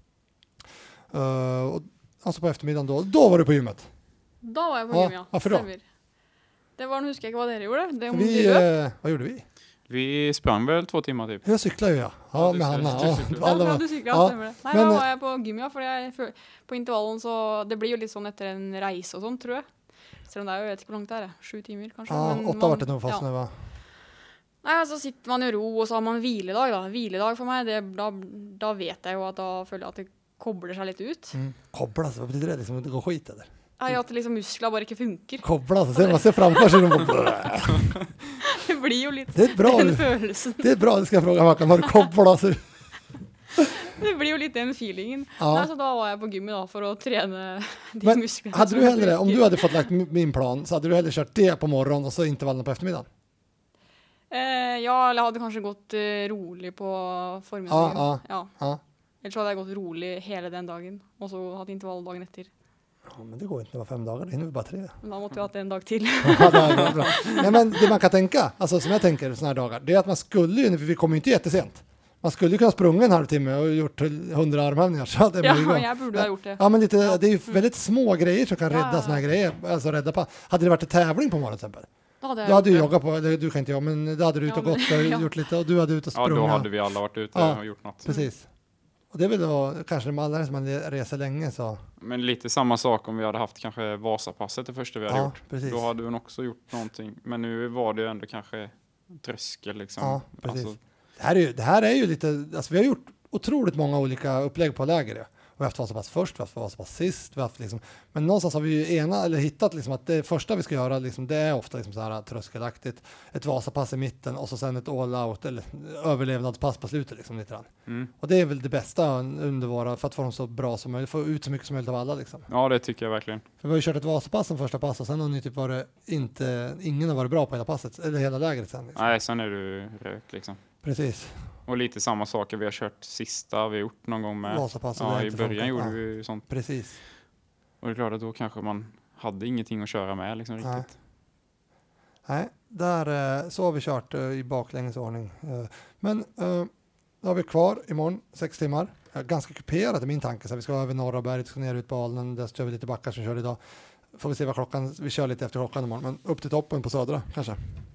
Speaker 3: Uh, och, alltså på eftermiddagen då, då var du på gymmet.
Speaker 5: Da var jeg på
Speaker 3: Ja,
Speaker 5: gym, ja.
Speaker 3: hvorfor da?
Speaker 5: Stemmer. Det var, nå husker jeg ikke hva dere gjorde. Det om
Speaker 3: Vi,
Speaker 5: de løp.
Speaker 3: eh, vad gjorde vi?
Speaker 4: Vi sprang väl två timmar typ.
Speaker 3: Jag cyklar ju ja. Ja,
Speaker 4: Ja, du
Speaker 3: med
Speaker 4: cyklar,
Speaker 3: Hanna.
Speaker 4: du
Speaker 3: Ja,
Speaker 4: cyklar.
Speaker 3: alla
Speaker 5: Ja,
Speaker 3: var,
Speaker 5: du sykler,
Speaker 3: ja,
Speaker 5: stemmer det. Nei,
Speaker 3: men,
Speaker 5: da
Speaker 3: eh,
Speaker 5: var jeg på gym, ja, for jeg, føl- på intervallen så, det blir jo litt sånn etter en reise og sånn, tror jeg. Selv om det er jo, jeg vet ikke hvor langt det er, jeg. Sju timer kanskje.
Speaker 3: ja,
Speaker 5: men
Speaker 3: åtta
Speaker 5: man-
Speaker 3: vart det nog fast
Speaker 5: ja.
Speaker 3: nu va?
Speaker 5: Nei, altså sitter man i ro, og så har man hviledag da. Hviledag for meg, det, da, da vet jeg jo at da føler jeg at det kobler seg litt ut.
Speaker 3: Mm. Kopplas, vad betyder det? Liksom, det går skit eller?
Speaker 5: Nei, at liksom muskler bare ikke funker.
Speaker 3: Kopplas, ser man ser framför sig. De bara,
Speaker 5: Det blir jo litt
Speaker 3: det är ett bra,
Speaker 5: den følelsen.
Speaker 3: det är bra, det ska jag fråga Mackan. Har du kopplas?
Speaker 5: Det blir jo litt den feelingen.
Speaker 3: Ja.
Speaker 5: Nei, så da var jeg på gymmet da, for å trene de
Speaker 3: Men
Speaker 5: musklene.
Speaker 3: hade
Speaker 5: som
Speaker 3: du hellre,
Speaker 5: funker.
Speaker 3: om du hade fått lagt m- min plan, så hade du hellre kört det på morgonen och så intervallerna på eftermiddagen?
Speaker 5: Eh, ja, eller jeg hadde kanskje gått eh, rolig på formiddagen.
Speaker 3: Ja,
Speaker 5: ja.
Speaker 3: Ja.
Speaker 5: Ellers så hadde jeg gått rolig hele den dagen, og så hatt intervall dagen etter.
Speaker 3: Ja, men det går inte, det var fem dagar, det hinner vi bara tre.
Speaker 5: Men da måtte vi hatt en dag till.
Speaker 3: Ja, det är bra. Nej, men det man kan tänka, alltså som jag tänker såna här dagar, det är att man skulle ju, för vi kommer ju inte jättesent. Man skulle ju kunna sprunga en halvtimme och gjort hundra armhävningar, så hade
Speaker 5: Ja,
Speaker 3: man igång.
Speaker 5: jeg burde ha gjort det.
Speaker 3: Ja, men lite, det är ju väldigt små grejer som kan
Speaker 5: Ja,
Speaker 3: rädda
Speaker 5: ja.
Speaker 3: såna här grejer, alltså rädda på. Hade det varit en tävling på morgonen till exempel,
Speaker 5: Da hadde jeg
Speaker 3: då hade du
Speaker 5: gjort det.
Speaker 3: joggat på, eller du kan inte jobba, men då hade du ut
Speaker 5: Ja,
Speaker 3: och
Speaker 5: men-
Speaker 3: gått och
Speaker 5: ja.
Speaker 3: gjort lite, och du hade ut och
Speaker 4: Ja,
Speaker 3: sprungit.
Speaker 4: då hade vi alla varit ute
Speaker 3: Ja.
Speaker 4: och gjort något.
Speaker 3: Precis. Och det är väl då kanske de allra som man reser länge så.
Speaker 4: Men lite samma sak om vi hade haft kanske Vasapasset det första vi hade
Speaker 3: Ja,
Speaker 4: gjort.
Speaker 3: precis.
Speaker 4: Då hade hon också gjort någonting. Men nu var det ju ändå kanske tröskel liksom.
Speaker 3: Ja, precis.
Speaker 4: Alltså,
Speaker 3: Det här är ju, det här är ju lite, alltså vi har gjort otroligt många olika upplägg på läger. Ja. Vi har haft Vasapass först, vi har haft Vasapass sist, vi har haft liksom, men någonstans har vi ju ena, eller hittat liksom att det första vi ska göra liksom, det är ofta liksom så här tröskelaktigt, ett Vasapass i mitten och så sen ett all out eller överlevnadspass på slutet liksom lite grann.
Speaker 4: mm.
Speaker 3: Och det är väl det bästa under våra, för att få dem så bra som möjligt, få ut så mycket som möjligt av alla liksom.
Speaker 4: Ja, det tycker jag verkligen.
Speaker 3: För vi har ju kört ett Vasapass som första pass och sen har ni typ varit inte, ingen har varit bra på hela passet, eller hela lägret sen. Liksom.
Speaker 4: Nej, sen är du rök liksom.
Speaker 3: Precis.
Speaker 4: Och lite samma saker vi har kört sista, vi har gjort någon gång med.
Speaker 3: Vasapass och det
Speaker 4: Ja,
Speaker 3: har
Speaker 4: i
Speaker 3: inte
Speaker 4: början
Speaker 3: funkat.
Speaker 4: gjorde
Speaker 3: Ja.
Speaker 4: vi ju sånt.
Speaker 3: Precis.
Speaker 4: Och det är klart att då kanske man hade ingenting att köra med liksom
Speaker 3: Nej.
Speaker 4: riktigt.
Speaker 3: Nej, där, eh, så har vi kört eh, i baklängesordning. Eh, Men eh, då har vi kvar imorgon sex timmar. Eh, Ganska kuperat i min tanke. Så vi ska över Norra berget, ska ner ut på Alnen. Där kör vi lite backar som vi kör idag. Får vi se vad klockan, vi kör lite efter klockan imorgon. Men upp till toppen på Södra kanske.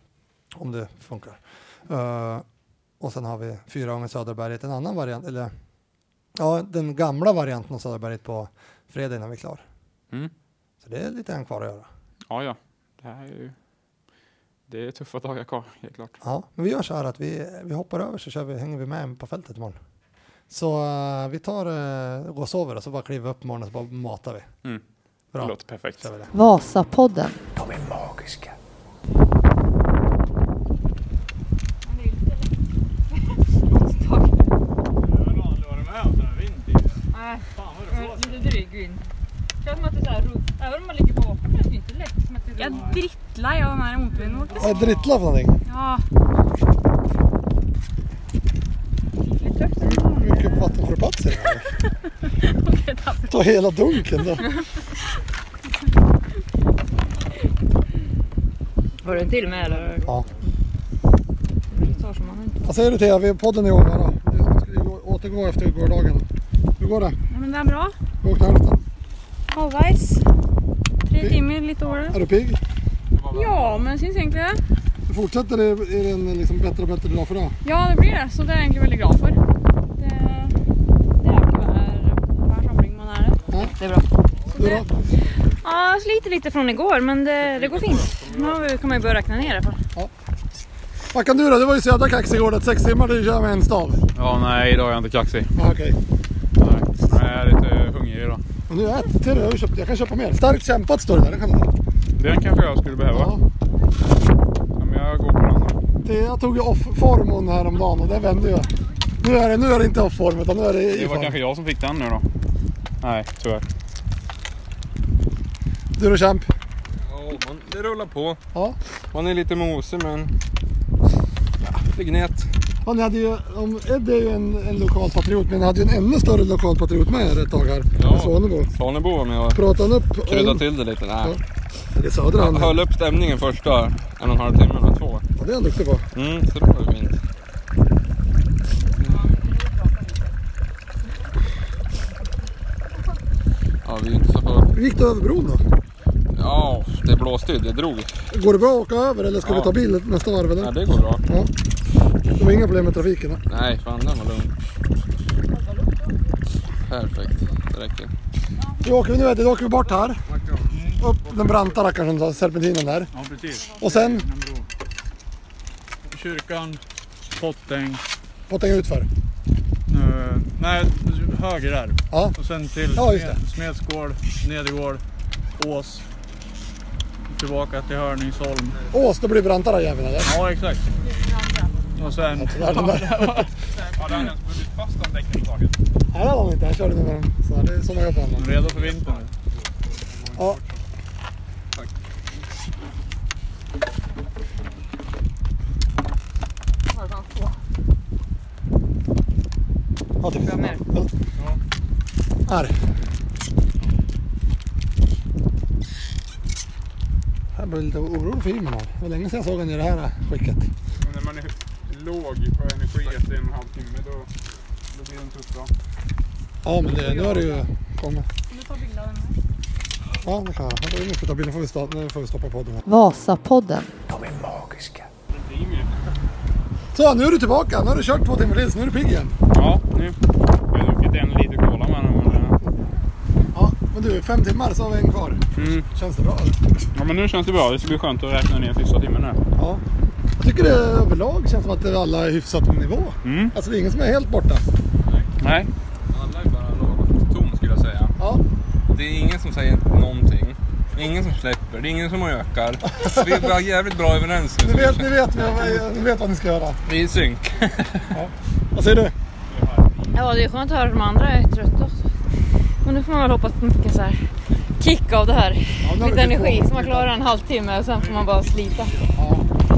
Speaker 3: Om det funkar. Eh, Och sen har vi fyra gånger Söderberget, en annan variant. Eller ja, den gamla varianten av Söderberget på fredag innan vi är klar.
Speaker 4: Mm.
Speaker 3: Så det är lite än kvar att göra.
Speaker 4: Ja, ja. Det här är ju... Det är tuffa dagar kvar, helt klart.
Speaker 3: Ja, men vi gör så här att vi, vi hoppar över så kör vi, hänger vi med på fältet imorgon. Så uh, vi tar, uh, går och sover och så bara kliver upp imorgon och så bara matar vi.
Speaker 4: Mm.
Speaker 3: Bra,
Speaker 4: Det låter perfekt.
Speaker 3: kör vi det.
Speaker 1: Vasapodden.
Speaker 2: De är magiska.
Speaker 6: Det dryger ju in. Det känns som att det är så här, även om man ligger bakom så är det inte lätt. Som att det
Speaker 5: Jeg er drittlei av den her motvinden.
Speaker 3: Vad är drittla för någonting?
Speaker 5: Ja,
Speaker 3: Hur mycket vatten får du plats i den här?
Speaker 5: ok, da.
Speaker 3: Ta hela dunken då.
Speaker 6: Var det en till med eller?
Speaker 3: Ja.
Speaker 6: Det tar som man inte.
Speaker 3: Vad säger du till vi podden i år då? Du ska ju återgå efter gårdagen. Hur går det?
Speaker 5: Ja, men det är bra.
Speaker 3: Du åkte hälften.
Speaker 5: Halvvägs. Tre
Speaker 3: Pigg.
Speaker 5: timmar lite år.
Speaker 3: Är du pigg?
Speaker 5: Ja, men syns egentligen.
Speaker 3: Du fortsätter det, är det en liksom bättre och bättre dag för dag?
Speaker 5: Ja, det blir det. Så det är jag egentligen väldigt glad för. Det, det är tyvärr hver samling man är det.
Speaker 3: Ja.
Speaker 6: Det är bra.
Speaker 3: Du då?
Speaker 5: Ja, jag sliter lite från igår, men det, det går fint. Nu kan man ju börja räkna ner det.
Speaker 3: Vad kan du då? Du var ju så jävla kaxig igår att sex timmar du kör med en stav.
Speaker 4: Ja, nej, idag är jag inte kaxig.
Speaker 3: Ja, okej.
Speaker 4: Nej, jag är lite hungrig idag.
Speaker 3: Och nu äter till det, jag, har ju köpt, jag kan köpa mer. Starkt kämpat står det där, det kan jag ta.
Speaker 4: Den kanske jag skulle behöva.
Speaker 3: Ja.
Speaker 4: Ja, men jag går på den då.
Speaker 3: Det, jag tog ju off-formen häromdagen och det vände ju. Nu är det, nu är det inte off-form utan nu är det i
Speaker 4: Det var
Speaker 3: form.
Speaker 4: kanske jag som fick den nu då. Nej, tyvärr.
Speaker 3: Du då, Champ?
Speaker 7: Ja, man, det rullar på.
Speaker 3: Ja.
Speaker 7: Man är lite mosig men ja, det är gnett.
Speaker 3: Ja, ni hade ju, om Ed är ju en, en lokal patriot, men ni hade ju en ännu större lokal patriot med er ett tag här.
Speaker 7: Ja.
Speaker 3: I Svanebo.
Speaker 7: Svanebo var med och
Speaker 3: Pratade han upp?
Speaker 7: kryddade till det lite. Nej.
Speaker 3: Det är södra han.
Speaker 7: Jag höll upp stämningen första en och en halv timme eller två.
Speaker 3: Ja, det är han duktig på.
Speaker 7: Mm, så det var ju fint. Ja, vi är inte så för...
Speaker 3: Hur gick det över bron då?
Speaker 7: Ja, det blåste ju, det drog.
Speaker 3: Går det bra att åka över eller ska
Speaker 7: Ja.
Speaker 3: vi ta bil nästa varv eller?
Speaker 7: Ja, det går bra.
Speaker 3: Ja. Det var inga problem med trafiken då?
Speaker 7: Nej, fan den var lugn. Perfekt, det räcker.
Speaker 3: Nu åker vi, nu vet du, då åker vi bort här. Upp den branta rackaren som sa, serpentinen där.
Speaker 8: Ja, precis.
Speaker 3: Och sen?
Speaker 8: Kyrkan, Pottäng,
Speaker 3: Potänga utför.
Speaker 8: uh, nej, höger där.
Speaker 3: Ja.
Speaker 8: Och sen till
Speaker 3: Ja, just det.
Speaker 8: Smed, Smedsgård, Nedergård, Ås, tillbaka till Hörningsholm.
Speaker 3: Ås, då blir branta där jäveln eller?
Speaker 8: Ja, exakt. Och sen...
Speaker 3: Ja, den där.
Speaker 4: Ja, den har inte blivit fast den däcken på taget.
Speaker 3: Nej, det var han inte. Han körde med den. Så det är så man gör på honom.
Speaker 8: Redo för vintern.
Speaker 3: Ja. Ja, det finns en. Ja. Här. Här blir lite orolig för Iman. Det var länge sedan jag såg honom i det här skicket.
Speaker 4: Men när man är låg på energi efter en halv timme då, då blir det en tuff dag.
Speaker 3: Ja, men det, nu är det ju kommit.
Speaker 5: Kan du ta bilder av den här?
Speaker 3: Ja, det kan jag. Jag får ta bilden, får vi stoppa, nu får vi stoppa podden här.
Speaker 1: Vasapodden.
Speaker 2: De är magiska.
Speaker 3: Så, nu är du tillbaka. Nu har du kört två timmar till, så nu är du pigg igen.
Speaker 4: Ja, nu. Jag har druckit en liter cola med den. Men,
Speaker 3: Ja, men du, fem timmar så har vi en kvar.
Speaker 4: mm.
Speaker 3: Känns det bra eller?
Speaker 4: Ja, men nu känns det bra. Det ska bli skönt att räkna ner sista timmen här.
Speaker 3: Ja. Jag tycker det överlag känns som att det alla är hyfsat på nivå.
Speaker 4: Mm.
Speaker 3: Alltså det är ingen som är helt borta.
Speaker 4: Nej.
Speaker 7: Alla är bara lågt tom skulle jag säga.
Speaker 3: Ja.
Speaker 7: Det är ingen som säger någonting. Ingen som släpper, det är ingen som ökar. Vi är bara jävligt bra överens nu.
Speaker 3: Ni vet, ni vet, ni vet vad ni ska göra.
Speaker 7: Vi är i synk.
Speaker 3: Ja. Vad säger du?
Speaker 5: Ja, det är skönt att höra att de andra är trötta också. Men nu får man väl hoppas att man fick en så här kick av det här.
Speaker 3: Ja, nu har vi
Speaker 5: Lite
Speaker 3: fått
Speaker 5: energi
Speaker 3: på.
Speaker 5: så man klarar en halvtimme och sen får man bara slita.
Speaker 3: Ja.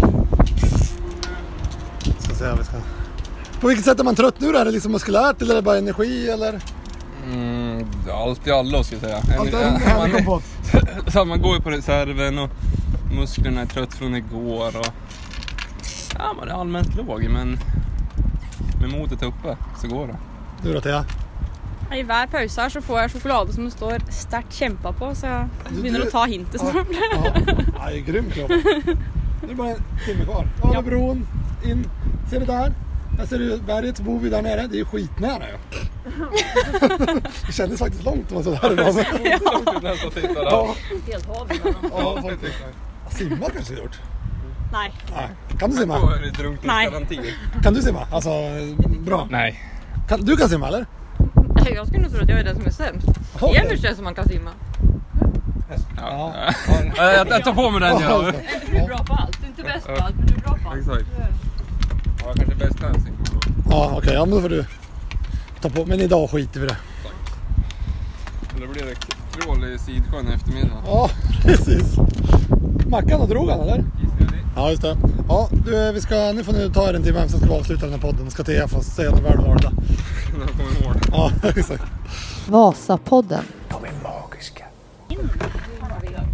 Speaker 3: Ska se, vi ska... På vilket sätt är man trött nu då? Är det liksom muskulärt eller är det bara energi eller?
Speaker 7: Mm, allt i allo ska jag säga.
Speaker 3: Allt är en härlig kompott.
Speaker 7: Så man går ju på reserven och musklerna är trött från igår och ja, man är allmänt låg men med modet uppe så går det.
Speaker 3: Du då, Thea?
Speaker 5: I hver pause här så får jag choklad som det står starkt kämpa på så jag
Speaker 3: Du-
Speaker 5: börjar
Speaker 3: du-
Speaker 5: att ta hintet snart.
Speaker 3: Ja, ja det är grym kropp. Nu är det bara en timme kvar. Över bron, in. Ser du där? Där ser du berget, så bor vi där nere. Det är ju skitnära ju. Det kändes faktiskt långt om man så där idag. Ja,
Speaker 6: Helt hav.
Speaker 3: ja, faktiskt. Simma kanske du gjort?
Speaker 5: Nej.
Speaker 3: Nej. Kan du simma?
Speaker 7: Då är det drunkningsgaranti.
Speaker 3: Kan du simma? Alltså, bra.
Speaker 7: Nej.
Speaker 3: Kan, du kan simma eller?
Speaker 6: Jag skulle nog tro att jag är den som är sämst.
Speaker 3: Okej.
Speaker 6: Emil känns som man kan simma.
Speaker 7: Ja. Ja. Jag, jag tar på mig den
Speaker 3: Ja,
Speaker 7: jag.
Speaker 6: Du är bra på allt. Du är inte bäst på allt, men du är bra på allt.
Speaker 7: Exakt. Ja, jag kanske är bäst här.
Speaker 3: Ja, okej. Okay, ja, men då får du ta på. Men idag skiter vi det.
Speaker 7: Då blir det krål i Sidsjön i eftermiddag.
Speaker 3: Ja, precis. Mackan och drog han eller? Ja, just det. Ja, du, vi ska, nu får ni ta er en timme, sen ska vi avsluta den här podden. Ska T F få säga något välvalda.
Speaker 7: Jag kommer ihåg.
Speaker 3: Ja, exakt.
Speaker 1: Vasapodden.
Speaker 2: De är magiska.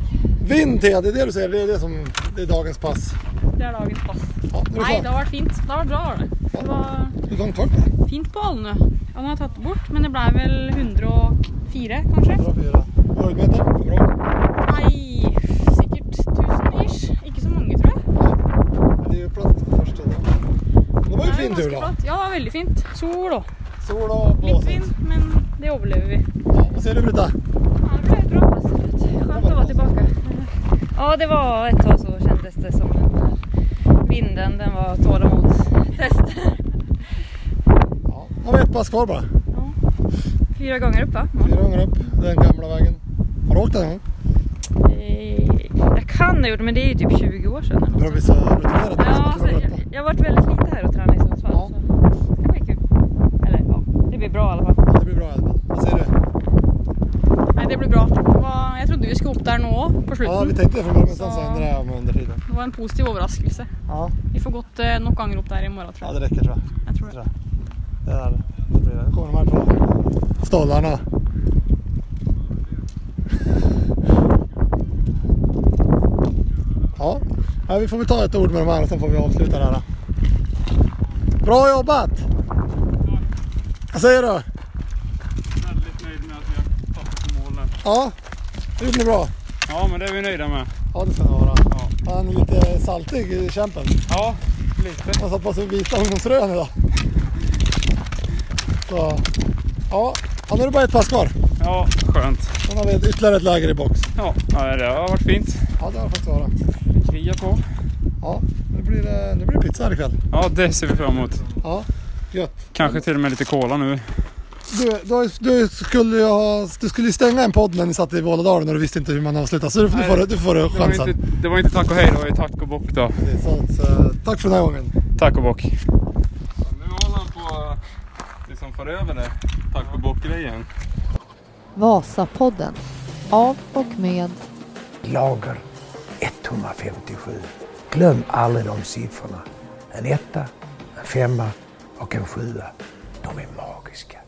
Speaker 3: Vind Thea, det är det du säger, det är det som det är dagens pass.
Speaker 5: Det er dagens pass.
Speaker 3: Ja, nu är
Speaker 5: Nei,
Speaker 3: det
Speaker 5: det har vært fint. Det har vært bra. Det, det var
Speaker 3: Hur långt var det?
Speaker 5: fint på Alnø. Ja, nå har jeg tatt det bort, men det ble vel hundre og fire, kanskje?
Speaker 3: hundrafyra. Höjdmeter, bra.
Speaker 5: Nei, sikkert tusen ish. Ikke så mange, tror jeg.
Speaker 3: Det är ju platt första dagen. Det var ju
Speaker 5: Nei,
Speaker 3: fin tur
Speaker 5: ganske
Speaker 3: då.
Speaker 5: flott. Ja, det var veldig fint. Sol og
Speaker 3: Sol och
Speaker 5: litt
Speaker 3: blåsigt.
Speaker 5: vind, men det overlever vi.
Speaker 3: Ja, vad säger du Britta?
Speaker 5: Ja, det ble et bra pass. Skönt å være tilbake.
Speaker 6: Ja, det var ett tag så kändes det som den här vinden, den var tålamodstest.
Speaker 3: Ja, har vi ett pass kvar bara.
Speaker 6: Ja. Fyra gånger upp va?
Speaker 3: Fyra gånger upp den gamla vägen. Har du åkt den gång?
Speaker 6: Eh, Jag kan ha gjort det, men det är ju typ tjugo år sedan. eller något
Speaker 3: Börjar bli
Speaker 6: sånt.
Speaker 3: så rutinerad.
Speaker 6: Ja, så jag, jag har varit väldigt lite här och tränat i Sundsvall.
Speaker 3: Ja.
Speaker 6: Så det blir kul. Eller ja, det blir bra i alla fall.
Speaker 3: Ja, det blir bra i alla fall. Vad säger du?
Speaker 5: Nei, det blir bra. Det var, jeg trodde vi skulle opp der nå, på slutten.
Speaker 3: Ja, vi tänkte det från början, men sen
Speaker 5: Så-
Speaker 3: så ändrade jag mig under tiden.
Speaker 5: Det var en positiv overraskelse.
Speaker 3: Ja,
Speaker 5: Vi får gått eh, nok ganger opp der i morgen, tror
Speaker 3: ja
Speaker 5: jeg.
Speaker 3: det räcker tror jag.
Speaker 5: Jeg tror det.
Speaker 3: Tror jag. Det, är, det blir det. Nu kommer de här två stålarna. Ja. Ja, vi får väl ta ett ord med de här och sen får vi avsluta det här. Bra jobbat! Vad säger du?
Speaker 8: Väldigt nöjd med att vi har tagit målen.
Speaker 3: Ja, det gjorde ni bra.
Speaker 8: Ja, men det är vi nöjda med.
Speaker 3: Ja, det ska det vara. Ja. Han är lite saltig i kämpen.
Speaker 8: Ja, lite.
Speaker 3: Han satt på sig vita ungdomsrön idag. Så, ja, ja, nu är det bara ett pass kvar.
Speaker 8: Ja, skönt.
Speaker 3: Sen har vi ett, ytterligare ett läger i box.
Speaker 8: Ja, ja, det har varit fint.
Speaker 3: Ja, det har det faktiskt varit.
Speaker 8: Kriga på.
Speaker 3: Ja, nu blir det, nu blir det pizza här ikväll.
Speaker 8: Ja, det ser vi fram emot.
Speaker 3: Ja, gött.
Speaker 8: Kanske till och med lite cola nu.
Speaker 3: Du, du, du, skulle ju ha, du skulle ju stänga en podd när ni satt i Vålådalen och du visste inte hur man avslutar. Så du, du får, du får
Speaker 8: Det var,
Speaker 3: chansen.
Speaker 8: inte, det var inte tack och hej, det var ju tack och bock då.
Speaker 3: Så, så, tack för den här gången.
Speaker 8: Tack och bock.
Speaker 7: Nu håller han på liksom för över det. Tack och bock-grejen.
Speaker 1: Vasapodden av och med
Speaker 2: Lager etthundrafemtiosju. Glöm aldrig de siffrorna. En etta, en femma och en sjua. De är magiska.